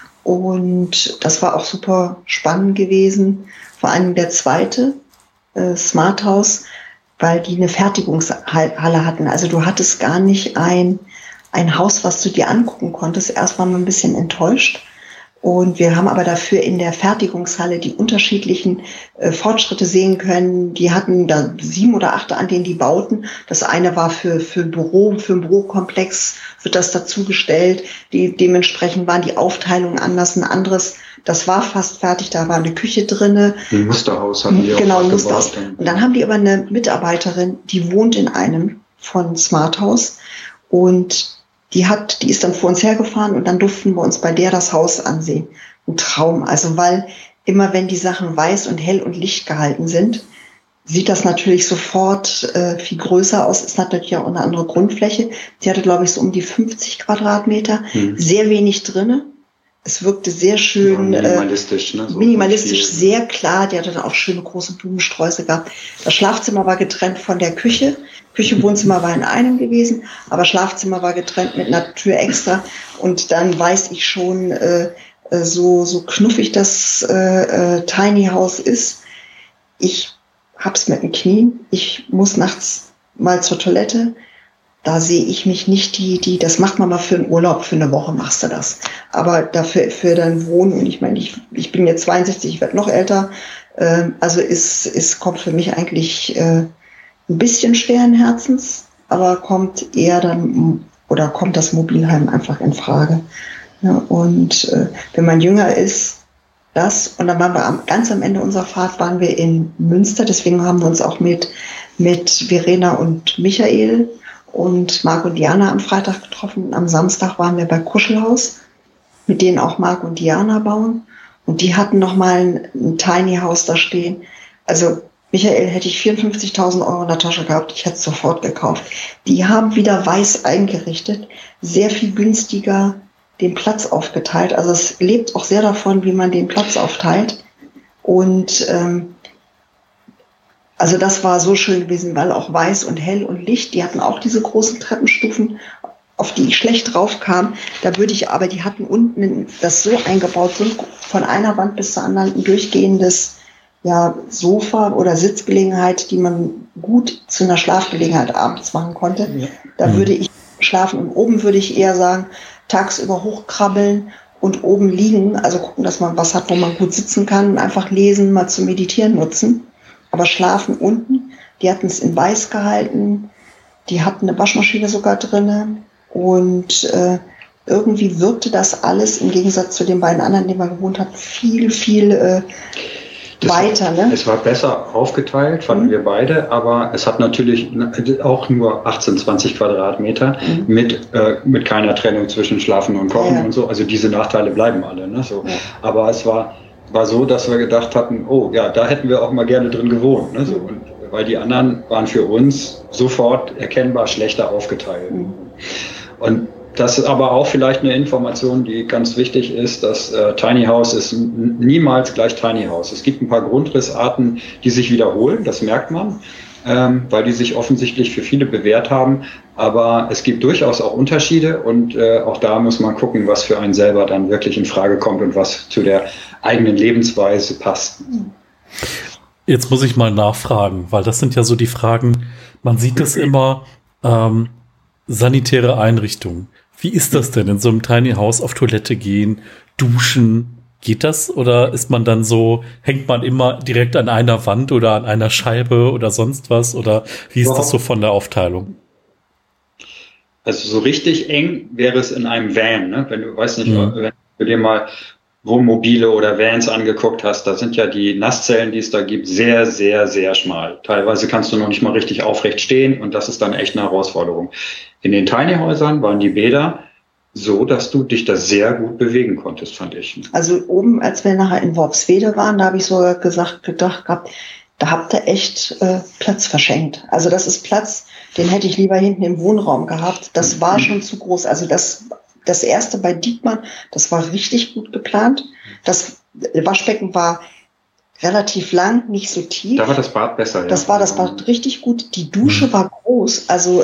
und das war auch super spannend gewesen, vor allem der zweite, Smart House, weil die eine Fertigungshalle hatten. Also du hattest gar nicht ein Haus, was du dir angucken konntest. Erst waren wir ein bisschen enttäuscht. Und wir haben aber dafür in der Fertigungshalle die unterschiedlichen Fortschritte sehen können. Die hatten da 7 oder 8, an denen die bauten. Das eine war für ein Bürokomplex wird das dazugestellt. Dementsprechend waren die Aufteilungen anders. Ein anderes, das war fast fertig, da war eine Küche drinne. Ein Musterhaus hatten die genau, auch ein Musterhaus. Und dann haben die aber eine Mitarbeiterin, die wohnt in einem von Smart House und die ist dann vor uns hergefahren und dann durften wir uns bei der das Haus ansehen. Ein Traum. Also weil immer wenn die Sachen weiß und hell und licht gehalten sind, sieht das natürlich sofort viel größer aus. Ist natürlich auch eine andere Grundfläche. Die hatte, glaube ich, so um die 50 Quadratmeter. Sehr wenig drinne. Es wirkte sehr schön. Minimalistisch, ne? So minimalistisch, sehr klar. Die hatte dann auch schöne große Blumensträuße gehabt. Das Schlafzimmer war getrennt von der Küche. Wohnzimmer war in einem gewesen, aber Schlafzimmer war getrennt mit einer Tür extra. Und dann weiß ich schon, so knuffig das Tiny House ist. Ich hab's mit den Knien. Ich muss nachts mal zur Toilette. Da sehe ich mich nicht das macht man mal für einen Urlaub, für eine Woche machst du das. Aber dafür, für dein Wohnen, und ich meine, ich bin jetzt 62, ich werde noch älter, also kommt für mich eigentlich ein bisschen schweren Herzens, aber kommt das Mobilheim einfach in Frage. Ja, und wenn man jünger ist, und dann waren wir ganz am Ende unserer Fahrt waren wir in Münster, deswegen haben wir uns auch mit Verena und Michael und Marc und Diana am Freitag getroffen. Am Samstag waren wir bei Kuschelhaus, mit denen auch Marc und Diana bauen. Und die hatten nochmal ein Tiny House da stehen. Also Michael, hätte ich 54.000 Euro in der Tasche gehabt, ich hätte es sofort gekauft. Die haben wieder weiß eingerichtet, sehr viel günstiger den Platz aufgeteilt. Also es lebt auch sehr davon, wie man den Platz aufteilt. Und also das war so schön gewesen, weil auch weiß und hell und Licht, die hatten auch diese großen Treppenstufen, auf die ich schlecht drauf kam. Aber die hatten unten das so eingebaut, so von einer Wand bis zur anderen ein durchgehendes Sofa oder Sitzgelegenheit, die man gut zu einer Schlafgelegenheit abends machen konnte. Ja. Da würde ich schlafen und oben würde ich eher sagen, tagsüber hochkrabbeln und oben liegen, also gucken, dass man was hat, wo man gut sitzen kann, einfach lesen, mal zu meditieren nutzen. Aber schlafen unten, die hatten es in weiß gehalten, die hatten eine Waschmaschine sogar drinne und irgendwie wirkte das alles im Gegensatz zu den beiden anderen, die man gewohnt hat, viel weiter. Ne? Es war besser aufgeteilt, fanden wir beide, aber es hat natürlich auch nur 18, 20 Quadratmeter mit keiner Trennung zwischen Schlafen und Kochen und so. Also diese Nachteile bleiben alle. Ne? So. Ja. Aber es war so, dass wir gedacht hatten, oh ja, da hätten wir auch mal gerne drin gewohnt. Ne? So, und weil die anderen waren für uns sofort erkennbar schlechter aufgeteilt. Und das ist aber auch vielleicht eine Information, die ganz wichtig ist, dass Tiny House ist niemals gleich Tiny House. Es gibt ein paar Grundrissarten, die sich wiederholen, das merkt man, weil die sich offensichtlich für viele bewährt haben. Aber es gibt durchaus auch Unterschiede und auch da muss man gucken, was für einen selber dann wirklich in Frage kommt und was zu der eigenen Lebensweise passt. Jetzt muss ich mal nachfragen, weil das sind ja so die Fragen, man sieht es immer, sanitäre Einrichtungen. Wie ist das denn in so einem Tiny House auf Toilette gehen, duschen? Geht das oder ist man dann so, hängt man immer direkt an einer Wand oder an einer Scheibe oder sonst was? Oder wie ist das so von der Aufteilung? Also so richtig eng wäre es in einem Van, ne? Wenn du, weiß nicht, wenn du dir mal Wohnmobile oder Vans angeguckt hast, da sind ja die Nasszellen, die es da gibt, sehr, sehr, sehr schmal. Teilweise kannst du noch nicht mal richtig aufrecht stehen und das ist dann echt eine Herausforderung. In den Tiny-Häusern waren die Bäder so, dass du dich da sehr gut bewegen konntest, fand ich. Also oben, als wir nachher in Worpswede waren, da habe ich sogar gedacht gehabt, da habt ihr echt Platz verschenkt. Also das ist Platz, den hätte ich lieber hinten im Wohnraum gehabt. Das war schon zu groß. Also das erste bei Diekmann, das war richtig gut geplant. Das Waschbecken war relativ lang, nicht so tief. Da war das Bad besser, ja. Das war das Bad richtig gut. Die Dusche war groß. Also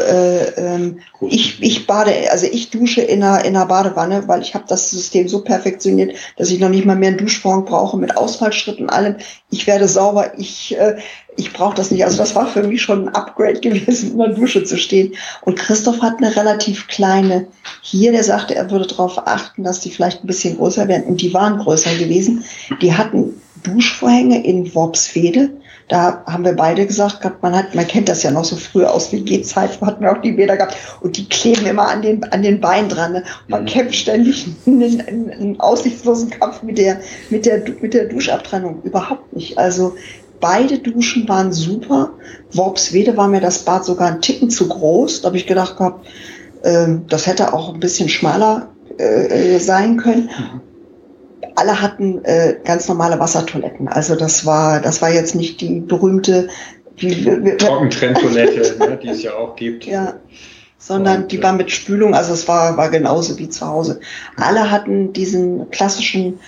ich dusche in einer Badewanne, weil ich habe das System so perfektioniert, dass ich noch nicht mal mehr einen Duschvorhang brauche mit Ausfallschritten und allem. Ich werde sauber, ich brauche das nicht. Also das war für mich schon ein Upgrade gewesen, in der Dusche zu stehen. Und Christoph hat eine relativ kleine hier, der sagte, er würde darauf achten, dass die vielleicht ein bisschen größer werden. Und die waren größer gewesen. Die hatten Duschvorhänge in Worpswede. Da haben wir beide gesagt, man kennt das ja noch so früher aus WG-Zeit, hatten wir auch die Bäder gehabt und die kleben immer an den Beinen dran. Ne? Man kämpft ständig einen aussichtslosen Kampf mit der Duschabtrennung. Überhaupt nicht. Also beide Duschen waren super. Worpswede war mir das Bad sogar ein Ticken zu groß. Da habe ich gedacht gehabt, das hätte auch ein bisschen schmaler sein können. Alle hatten ganz normale Wassertoiletten. Also das war jetzt nicht die berühmte Trockentrenntoilette, ne, die es ja auch gibt. Ja, sondern die war mit Spülung. Also es war genauso wie zu Hause. Alle hatten diesen klassischen,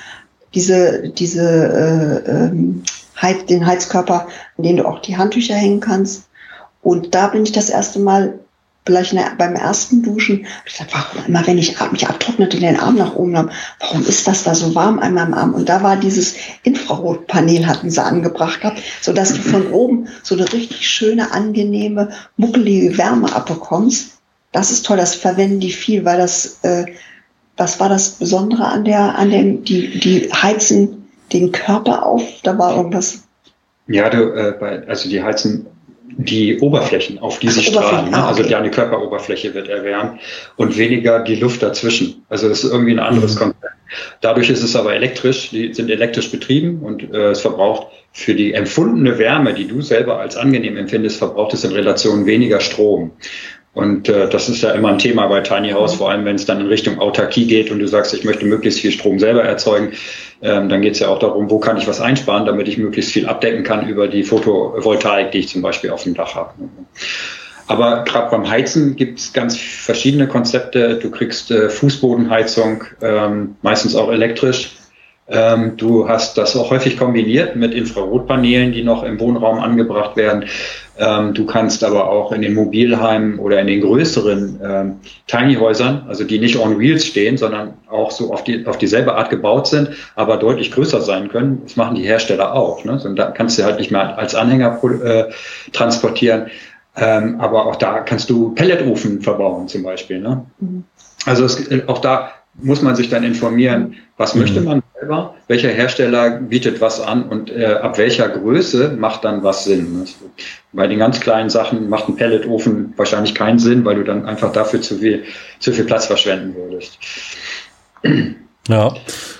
den Heizkörper, an dem du auch die Handtücher hängen kannst. Und da bin ich das erste Mal vielleicht beim ersten Duschen, ich dachte, warum immer, wenn ich mich abtrocknete, den Arm nach oben nahm, warum ist das da so warm einmal am Arm? Und da war dieses Infrarotpanel, hatten sie angebracht gehabt, sodass du von oben so eine richtig schöne, angenehme, muckelige Wärme abbekommst. Das ist toll, das verwenden die viel, weil das war das Besondere an dem, die heizen den Körper auf, da war irgendwas. Ja, die heizen die Oberflächen, auf die sie strahlen. Ne? Also deine Körperoberfläche wird erwärmt und weniger die Luft dazwischen. Also das ist irgendwie ein anderes Konzept. Dadurch ist es aber elektrisch, die sind elektrisch betrieben und es verbraucht für die empfundene Wärme, die du selber als angenehm empfindest, verbraucht es in Relation weniger Strom. Und das ist ja immer ein Thema bei Tiny House, vor allem wenn es dann in Richtung Autarkie geht und du sagst, ich möchte möglichst viel Strom selber erzeugen, dann geht es ja auch darum, wo kann ich was einsparen, damit ich möglichst viel abdecken kann über die Photovoltaik, die ich zum Beispiel auf dem Dach habe. Aber gerade beim Heizen gibt es ganz verschiedene Konzepte. Du kriegst Fußbodenheizung, meistens auch elektrisch. Du hast das auch häufig kombiniert mit Infrarotpanelen, die noch im Wohnraum angebracht werden. Du kannst aber auch in den Mobilheimen oder in den größeren Tiny-Häusern, also die nicht on Wheels stehen, sondern auch so auf dieselbe Art gebaut sind, aber deutlich größer sein können. Das machen die Hersteller auch. Ne? Und da kannst du halt nicht mehr als Anhänger transportieren. Aber auch da kannst du Pelletofen verbauen zum Beispiel. Ne? Also auch da muss man sich dann informieren, was möchte man selber, welcher Hersteller bietet was an und ab welcher Größe macht dann was Sinn. Bei den ganz kleinen Sachen macht ein Pelletofen wahrscheinlich keinen Sinn, weil du dann einfach dafür zu viel Platz verschwenden würdest. Ja.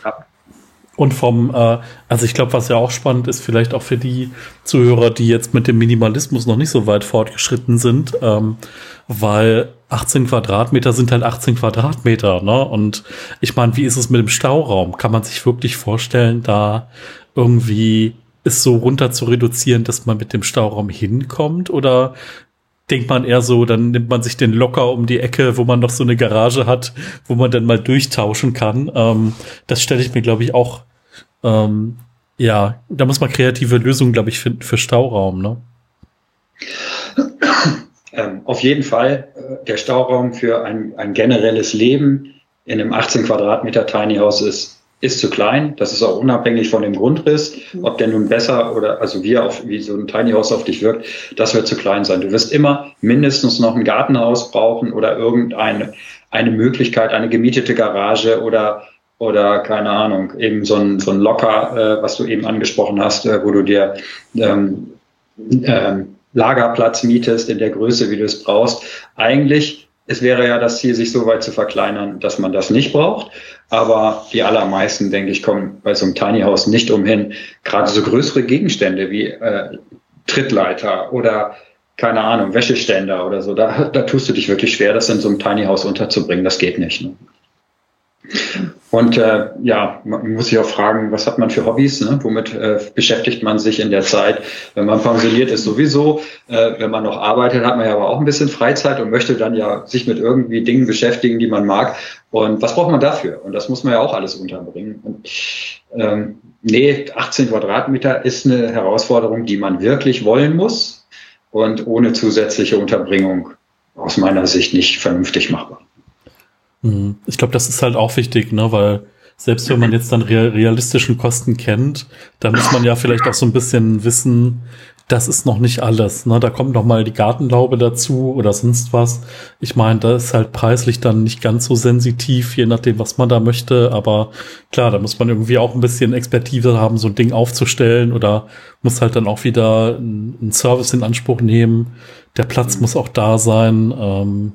Und also ich glaube, was ja auch spannend ist, vielleicht auch für die Zuhörer, die jetzt mit dem Minimalismus noch nicht so weit fortgeschritten sind, weil 18 Quadratmeter sind halt 18 Quadratmeter, ne? Und ich meine, wie ist es mit dem Stauraum? Kann man sich wirklich vorstellen, da irgendwie es so runter zu reduzieren, dass man mit dem Stauraum hinkommt? Oder denkt man eher so, dann nimmt man sich den locker um die Ecke, wo man noch so eine Garage hat, wo man dann mal durchtauschen kann? Das stelle ich mir, glaube ich, auch, da muss man kreative Lösungen, glaube ich, finden für Stauraum, ne? Auf jeden Fall der Stauraum für ein generelles Leben in einem 18 Quadratmeter Tiny House ist ist zu klein. Das ist auch unabhängig von dem Grundriss, ob der nun besser oder also wie so ein Tiny House auf dich wirkt, das wird zu klein sein. Du wirst immer mindestens noch ein Gartenhaus brauchen oder irgendeine Möglichkeit, eine gemietete Garage oder keine Ahnung, eben so ein Locker, was du eben angesprochen hast, wo du dir Lagerplatz mietest in der Größe, wie du es brauchst. Eigentlich, es wäre ja das Ziel, sich so weit zu verkleinern, dass man das nicht braucht. Aber die allermeisten, denke ich, kommen bei so einem Tiny House nicht umhin. Gerade so größere Gegenstände wie Trittleiter oder, keine Ahnung, Wäscheständer oder so, da tust du dich wirklich schwer, das in so einem Tiny House unterzubringen. Das geht nicht. Ne? Und man muss sich auch fragen, was hat man für Hobbys, ne? Womit beschäftigt man sich in der Zeit? Wenn man pensioniert ist sowieso, wenn man noch arbeitet, hat man ja aber auch ein bisschen Freizeit und möchte dann ja sich mit irgendwie Dingen beschäftigen, die man mag. Und was braucht man dafür? Und das muss man ja auch alles unterbringen. Und 18 Quadratmeter ist eine Herausforderung, die man wirklich wollen muss und ohne zusätzliche Unterbringung aus meiner Sicht nicht vernünftig machbar. Ich glaube, das ist halt auch wichtig, ne, weil selbst wenn man jetzt dann realistischen Kosten kennt, dann muss man ja vielleicht auch so ein bisschen wissen, das ist noch nicht alles, ne, da kommt noch mal die Gartenlaube dazu oder sonst was. Ich meine, da ist halt preislich dann nicht ganz so sensitiv, je nachdem, was man da möchte, aber klar, da muss man irgendwie auch ein bisschen Expertise haben, so ein Ding aufzustellen oder muss halt dann auch wieder einen Service in Anspruch nehmen. Der Platz muss auch da sein,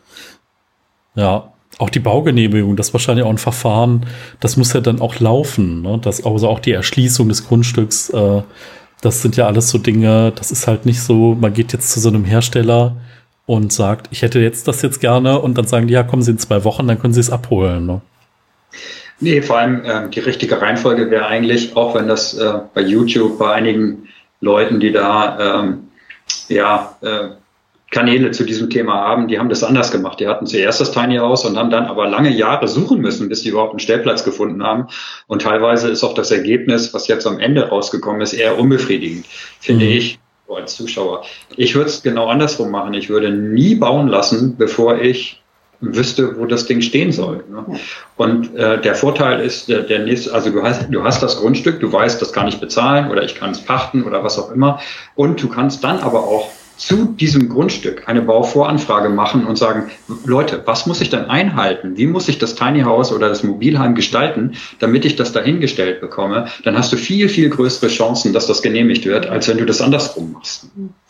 auch die Baugenehmigung, das ist wahrscheinlich auch ein Verfahren, das muss ja dann auch laufen, ne? Das, also auch die Erschließung des Grundstücks, das sind ja alles so Dinge, das ist halt nicht so, man geht jetzt zu so einem Hersteller und sagt, ich hätte das jetzt gerne und dann sagen die, ja, kommen Sie in 2 Wochen, dann können Sie es abholen. Ne? Nee, vor allem die richtige Reihenfolge wäre eigentlich, auch wenn das bei YouTube bei einigen Leuten, die da Kanäle zu diesem Thema haben, die haben das anders gemacht. Die hatten zuerst das Tiny House und haben dann aber lange Jahre suchen müssen, bis die überhaupt einen Stellplatz gefunden haben. Und teilweise ist auch das Ergebnis, was jetzt am Ende rausgekommen ist, eher unbefriedigend, finde ich, so als Zuschauer. Ich würde es genau andersrum machen. Ich würde nie bauen lassen, bevor ich wüsste, wo das Ding stehen soll. Ne? Ja. Und der Vorteil ist, der nächste, also du hast das Grundstück, du weißt, das kann ich bezahlen oder ich kann es pachten oder was auch immer. Und du kannst dann aber auch zu diesem Grundstück eine Bauvoranfrage machen und sagen, Leute, was muss ich denn einhalten? Wie muss ich das Tiny House oder das Mobilheim gestalten, damit ich das dahingestellt bekomme? Dann hast du viel, viel größere Chancen, dass das genehmigt wird, als wenn du das andersrum machst.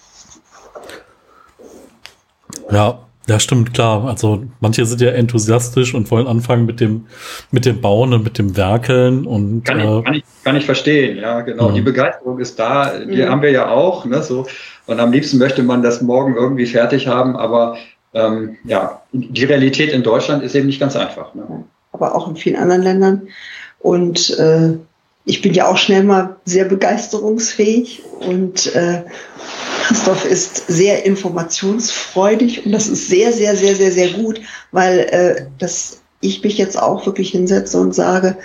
Ja, stimmt, klar. Also manche sind ja enthusiastisch und wollen anfangen mit dem Bauen und mit dem Werkeln und kann ich verstehen, ja, genau. Die Begeisterung ist da, die haben wir ja auch, ne, so. Und am liebsten möchte man das morgen irgendwie fertig haben, aber die Realität in Deutschland ist eben nicht ganz einfach. Ne? Aber auch in vielen anderen Ländern. Und ich bin ja auch schnell mal sehr begeisterungsfähig und Christoph ist sehr informationsfreudig und das ist sehr, sehr, sehr, sehr, sehr gut, weil ich mich jetzt auch wirklich hinsetze und sage,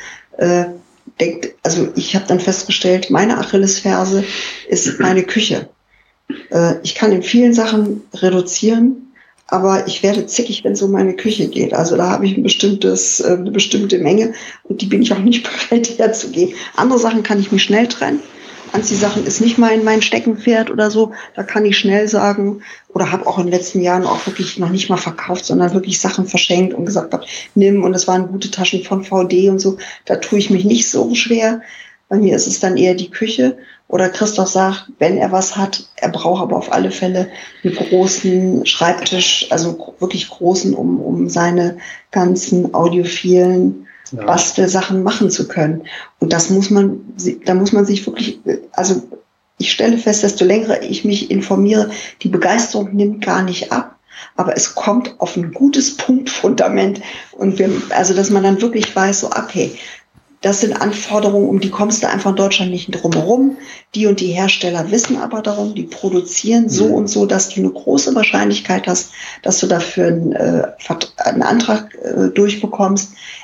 ich habe dann festgestellt, meine Achillesferse ist meine Küche. Ich kann in vielen Sachen reduzieren, aber ich werde zickig, wenn es um meine Küche geht. Also da habe ich eine bestimmte Menge und die bin ich auch nicht bereit herzugeben. Andere Sachen kann ich mich schnell trennen. Anziehsachen ist nicht mein Steckenpferd oder so. Da kann ich schnell sagen, oder habe auch in den letzten Jahren auch wirklich noch nicht mal verkauft, sondern wirklich Sachen verschenkt und gesagt habe, nimm, und es waren gute Taschen von VD und so. Da tue ich mich nicht so schwer. Bei mir ist es dann eher die Küche. Oder Christoph sagt, wenn er was hat, er braucht aber auf alle Fälle einen großen Schreibtisch, also wirklich großen, um seine ganzen audiophilen Bastelsachen machen zu können. Und da muss man sich wirklich, also ich stelle fest, desto länger ich mich informiere, die Begeisterung nimmt gar nicht ab, aber es kommt auf ein gutes Punktfundament und dass man dann wirklich weiß, so, okay, das sind Anforderungen, um die kommst du einfach in Deutschland nicht drumherum. Die und die Hersteller wissen aber darum, die produzieren so und so, dass du eine große Wahrscheinlichkeit hast, dass du dafür einen Antrag durchbekommst.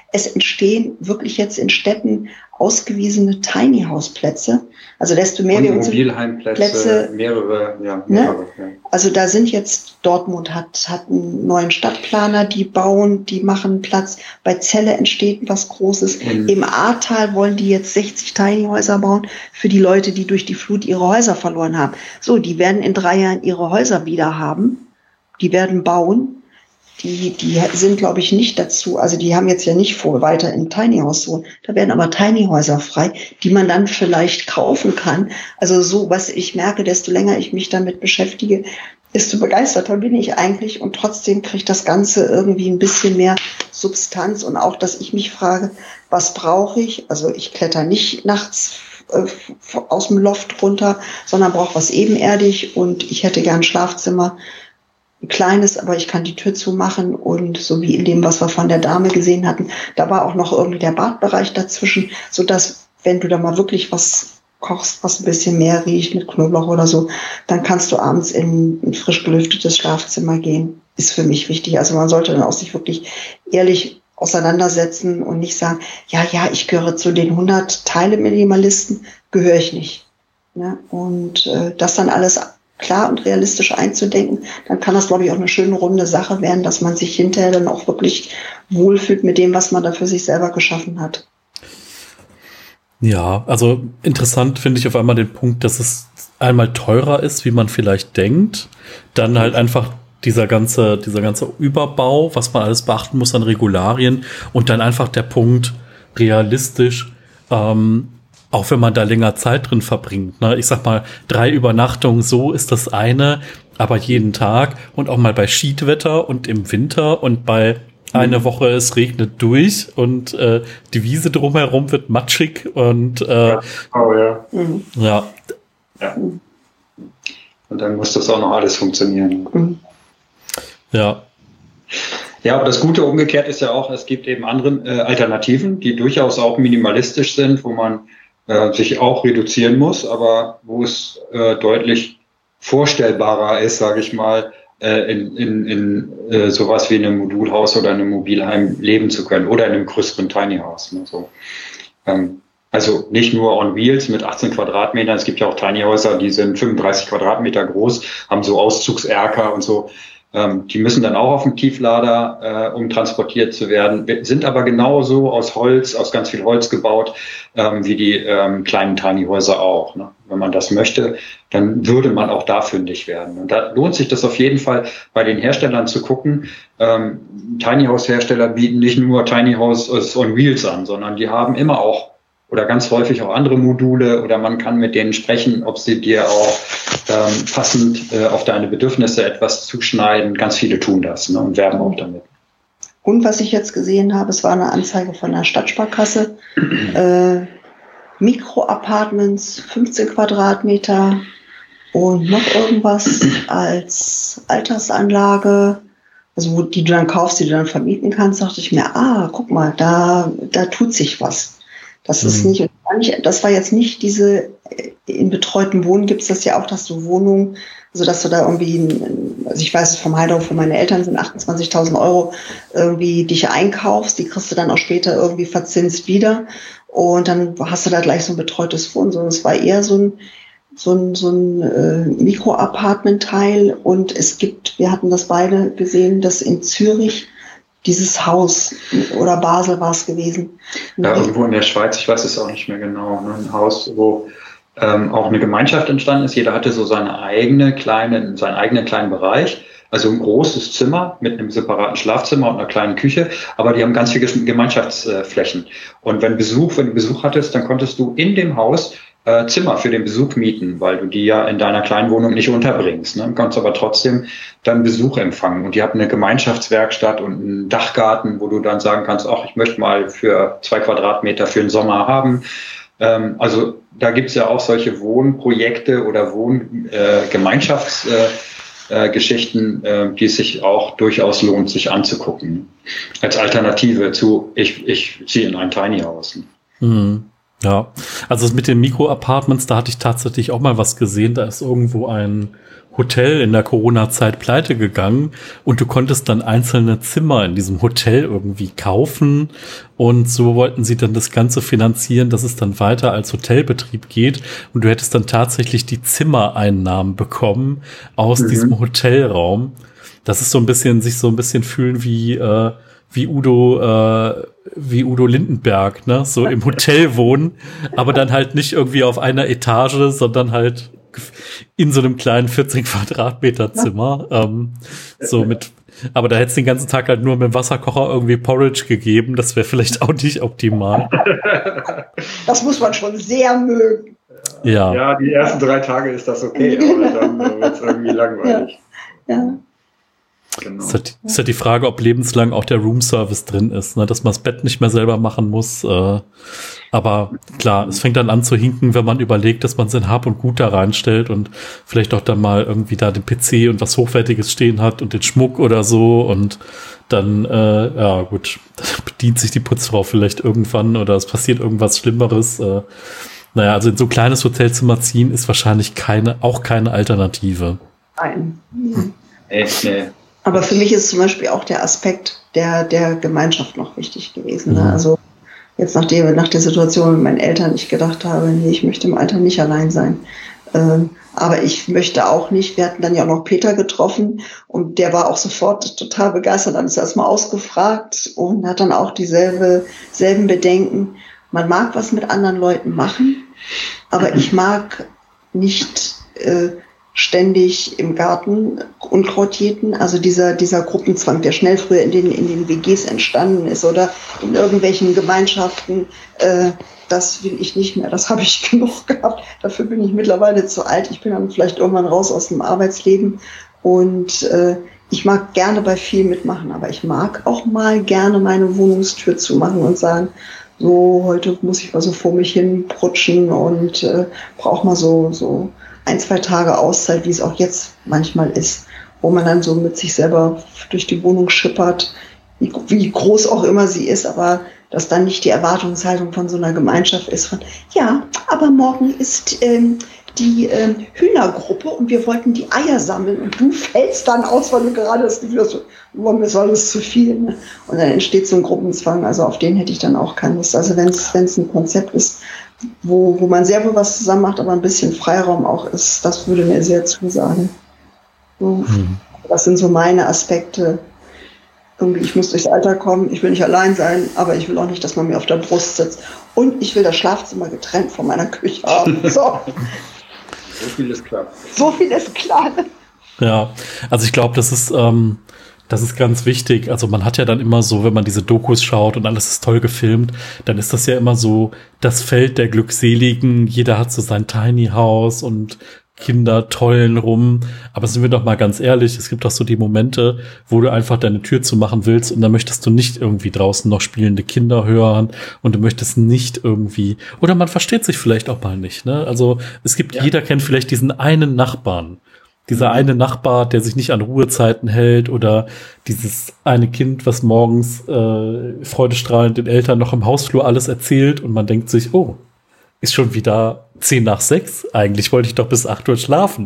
es entstehen wirklich jetzt in Städten ausgewiesene Tiny House Plätze. Also desto mehr wir unsere Mobilheimplätze, mehrere. Ne? Also da sind jetzt, Dortmund hat einen neuen Stadtplaner, die bauen, die machen Platz. Bei Celle entsteht was Großes. Im Ahrtal wollen die jetzt 60 Tiny Häuser bauen für die Leute, die durch die Flut ihre Häuser verloren haben. So, die werden in 3 Jahren ihre Häuser wieder haben. Die werden bauen. Die sind, glaube ich, nicht dazu, also die haben jetzt ja nicht vor, weiter im Tiny House zu wohnen. Da werden aber Tiny Häuser frei, die man dann vielleicht kaufen kann. Also so, was ich merke, desto länger ich mich damit beschäftige, desto begeisterter bin ich eigentlich und trotzdem kriegt das Ganze irgendwie ein bisschen mehr Substanz und auch, dass ich mich frage, was brauche ich? Also ich kletter nicht nachts aus dem Loft runter, sondern brauche was ebenerdig und ich hätte gern ein Schlafzimmer, ein kleines, aber ich kann die Tür zumachen und so wie in dem, was wir von der Dame gesehen hatten, da war auch noch irgendwie der Badbereich dazwischen, so dass wenn du da mal wirklich was kochst, was ein bisschen mehr riecht mit Knoblauch oder so, dann kannst du abends in ein frisch gelüftetes Schlafzimmer gehen. Ist für mich wichtig. Also man sollte dann auch sich wirklich ehrlich auseinandersetzen und nicht sagen, ja, ich gehöre zu den 100 Teile-Minimalisten, gehöre ich nicht. Ja, und das dann alles klar und realistisch einzudenken, dann kann das, glaube ich, auch eine schöne runde Sache werden, dass man sich hinterher dann auch wirklich wohlfühlt mit dem, was man da für sich selber geschaffen hat. Ja, also interessant finde ich auf einmal den Punkt, dass es einmal teurer ist, wie man vielleicht denkt, dann halt einfach dieser ganze Überbau, was man alles beachten muss an Regularien und dann einfach der Punkt realistisch, auch wenn man da länger Zeit drin verbringt, ne? Ich sag mal, 3 Übernachtungen, so ist das eine, aber jeden Tag und auch mal bei Schiedwetter und im Winter und bei eine Woche es regnet durch und die Wiese drumherum wird matschig und ja. Ja. Und dann muss das auch noch alles funktionieren. Ja. Ja, aber das Gute umgekehrt ist ja auch, es gibt eben andere Alternativen, die durchaus auch minimalistisch sind, wo man sich auch reduzieren muss, aber wo es deutlich vorstellbarer ist, sage ich mal, in sowas wie einem Modulhaus oder einem Mobilheim leben zu können oder in einem größeren Tiny House. Ne, so. Also nicht nur on Wheels mit 18 Quadratmetern, es gibt ja auch Tiny Häuser, die sind 35 Quadratmeter groß, haben so Auszugserker und so. Die müssen dann auch auf dem Tieflader, um transportiert zu werden, sind aber genauso aus Holz, aus ganz viel Holz gebaut, wie die kleinen Tiny-Häuser auch. Ne? Wenn man das möchte, dann würde man auch da fündig werden. Und da lohnt sich das auf jeden Fall, bei den Herstellern zu gucken. Tiny-House-Hersteller bieten nicht nur Tiny House on Wheels an, sondern die haben immer auch oder ganz häufig auch andere Module oder man kann mit denen sprechen, ob sie dir auch passend auf deine Bedürfnisse etwas zuschneiden. Ganz viele tun das, ne, und werben auch damit. Und was ich jetzt gesehen habe, es war eine Anzeige von der Stadtsparkasse, Mikro-Apartments, 15 Quadratmeter und noch irgendwas als Altersanlage, also wo die du dann kaufst, die du dann vermieten kannst, dachte ich mir, guck mal, da tut sich was. Das ist nicht, das war jetzt nicht diese, in betreuten Wohnen gibt es das ja auch, dass du Wohnungen, also dass du da irgendwie, also ich weiß vom Heidau, für meine Eltern sind 28.000 Euro irgendwie dich einkaufst, die kriegst du dann auch später irgendwie verzinst wieder und dann hast du da gleich so ein betreutes Wohnen, sondern es war eher so ein Mikro-Apartment-Teil und es gibt, wir hatten das beide gesehen, dass in Zürich dieses Haus oder Basel war es gewesen. Ja, irgendwo in der Schweiz, ich weiß es auch nicht mehr genau, ne? Ein Haus, wo auch eine Gemeinschaft entstanden ist. Jeder hatte so seinen eigenen kleinen Bereich, also ein großes Zimmer mit einem separaten Schlafzimmer und einer kleinen Küche, aber die haben ganz viele Gemeinschaftsflächen. Und wenn du Besuch hattest, dann konntest du in dem Haus Zimmer für den Besuch mieten, weil du die ja in deiner kleinen Wohnung nicht unterbringst. Ne? Du kannst aber trotzdem dann Besuch empfangen. Und die hatten eine Gemeinschaftswerkstatt und einen Dachgarten, wo du dann sagen kannst, ich möchte mal für 2 Quadratmeter für den Sommer haben. Also da gibt's ja auch solche Wohnprojekte oder Wohngemeinschaftsgeschichten, die es sich auch durchaus lohnt, sich anzugucken. Als Alternative zu, ich ziehe in ein Tiny House. Mhm. Ja, also mit den Mikro-Apartments, da hatte ich tatsächlich auch mal was gesehen. Da ist irgendwo ein Hotel in der Corona-Zeit pleite gegangen und du konntest dann einzelne Zimmer in diesem Hotel irgendwie kaufen und so wollten sie dann das Ganze finanzieren, dass es dann weiter als Hotelbetrieb geht und du hättest dann tatsächlich die Zimmereinnahmen bekommen aus diesem Hotelraum. Das ist so ein bisschen, sich so ein bisschen fühlen wie Udo Lindenberg, ne, so im Hotel wohnen, aber dann halt nicht irgendwie auf einer Etage, sondern halt in so einem kleinen 14 Quadratmeter Zimmer, aber da hätte es den ganzen Tag halt nur mit dem Wasserkocher irgendwie Porridge gegeben, das wäre vielleicht auch nicht optimal. Das muss man schon sehr mögen. Ja. Ja, die ersten 3 Tage ist das okay, aber dann wird es irgendwie langweilig. Ja. Genau. Ist halt die Frage, ob lebenslang auch der Roomservice drin ist, ne? Dass man das Bett nicht mehr selber machen muss. Aber klar, es fängt dann an zu hinken, wenn man überlegt, dass man sein Hab und Gut da reinstellt und vielleicht auch dann mal irgendwie da den PC und was Hochwertiges stehen hat und den Schmuck oder so und dann, ja gut, dann bedient sich die Putzfrau vielleicht irgendwann oder es passiert irgendwas Schlimmeres. Naja, also in so ein kleines Hotelzimmer ziehen ist wahrscheinlich auch keine Alternative. Nein. Nee. Aber für mich ist zum Beispiel auch der Aspekt der Gemeinschaft noch wichtig gewesen. Ne? Also jetzt nach der Situation mit meinen Eltern ich gedacht habe, nee, ich möchte im Alter nicht allein sein. Aber ich möchte auch nicht, wir hatten dann ja auch noch Peter getroffen und der war auch sofort total begeistert, dann ist er erstmal ausgefragt und hat dann auch selben Bedenken. Man mag was mit anderen Leuten machen, aber ich mag nicht ständig im Garten Unkraut jäten, also dieser Gruppenzwang, der schnell früher in den WGs entstanden ist oder in irgendwelchen Gemeinschaften, das will ich nicht mehr, das habe ich genug gehabt, dafür bin ich mittlerweile zu alt, ich bin dann vielleicht irgendwann raus aus dem Arbeitsleben und ich mag gerne bei viel mitmachen, aber ich mag auch mal gerne meine Wohnungstür zumachen und sagen, so, heute muss ich mal so vor mich hin prutschen und brauche mal so 1-2 Tage Auszeit, wie es auch jetzt manchmal ist, wo man dann so mit sich selber durch die Wohnung schippert, wie groß auch immer sie ist, aber dass dann nicht die Erwartungshaltung von so einer Gemeinschaft ist von, ja, aber morgen ist die Hühnergruppe und wir wollten die Eier sammeln und du fällst dann aus, weil du gerade das Gefühl hast, mir ist alles zu viel. Ne? Und dann entsteht so ein Gruppenzwang, also auf den hätte ich dann auch keine Lust. Also wenn es ein Konzept ist, wo man sehr wohl was zusammen macht, aber ein bisschen Freiraum auch ist, das würde mir sehr zusagen. So, das sind so meine Aspekte. Irgendwie, ich muss durchs Alter kommen, ich will nicht allein sein, aber ich will auch nicht, dass man mir auf der Brust sitzt. Und ich will das Schlafzimmer getrennt von meiner Küche haben. So viel ist klar. So viel ist klar. Ja, also ich glaube, das ist ganz wichtig. Also man hat ja dann immer so, wenn man diese Dokus schaut und alles ist toll gefilmt, dann ist das ja immer so das Feld der Glückseligen. Jeder hat so sein Tiny House und Kinder tollen rum. Aber sind wir doch mal ganz ehrlich, es gibt auch so die Momente, wo du einfach deine Tür zumachen willst und dann möchtest du nicht irgendwie draußen noch spielende Kinder hören und du möchtest nicht irgendwie, oder man versteht sich vielleicht auch mal nicht, ne? Also es gibt, jeder kennt vielleicht diesen einen Nachbarn. Dieser eine Nachbar, der sich nicht an Ruhezeiten hält oder dieses eine Kind, was morgens freudestrahlend den Eltern noch im Hausflur alles erzählt und man denkt sich, oh, ist schon wieder 5:50? Eigentlich wollte ich doch bis 8 Uhr schlafen.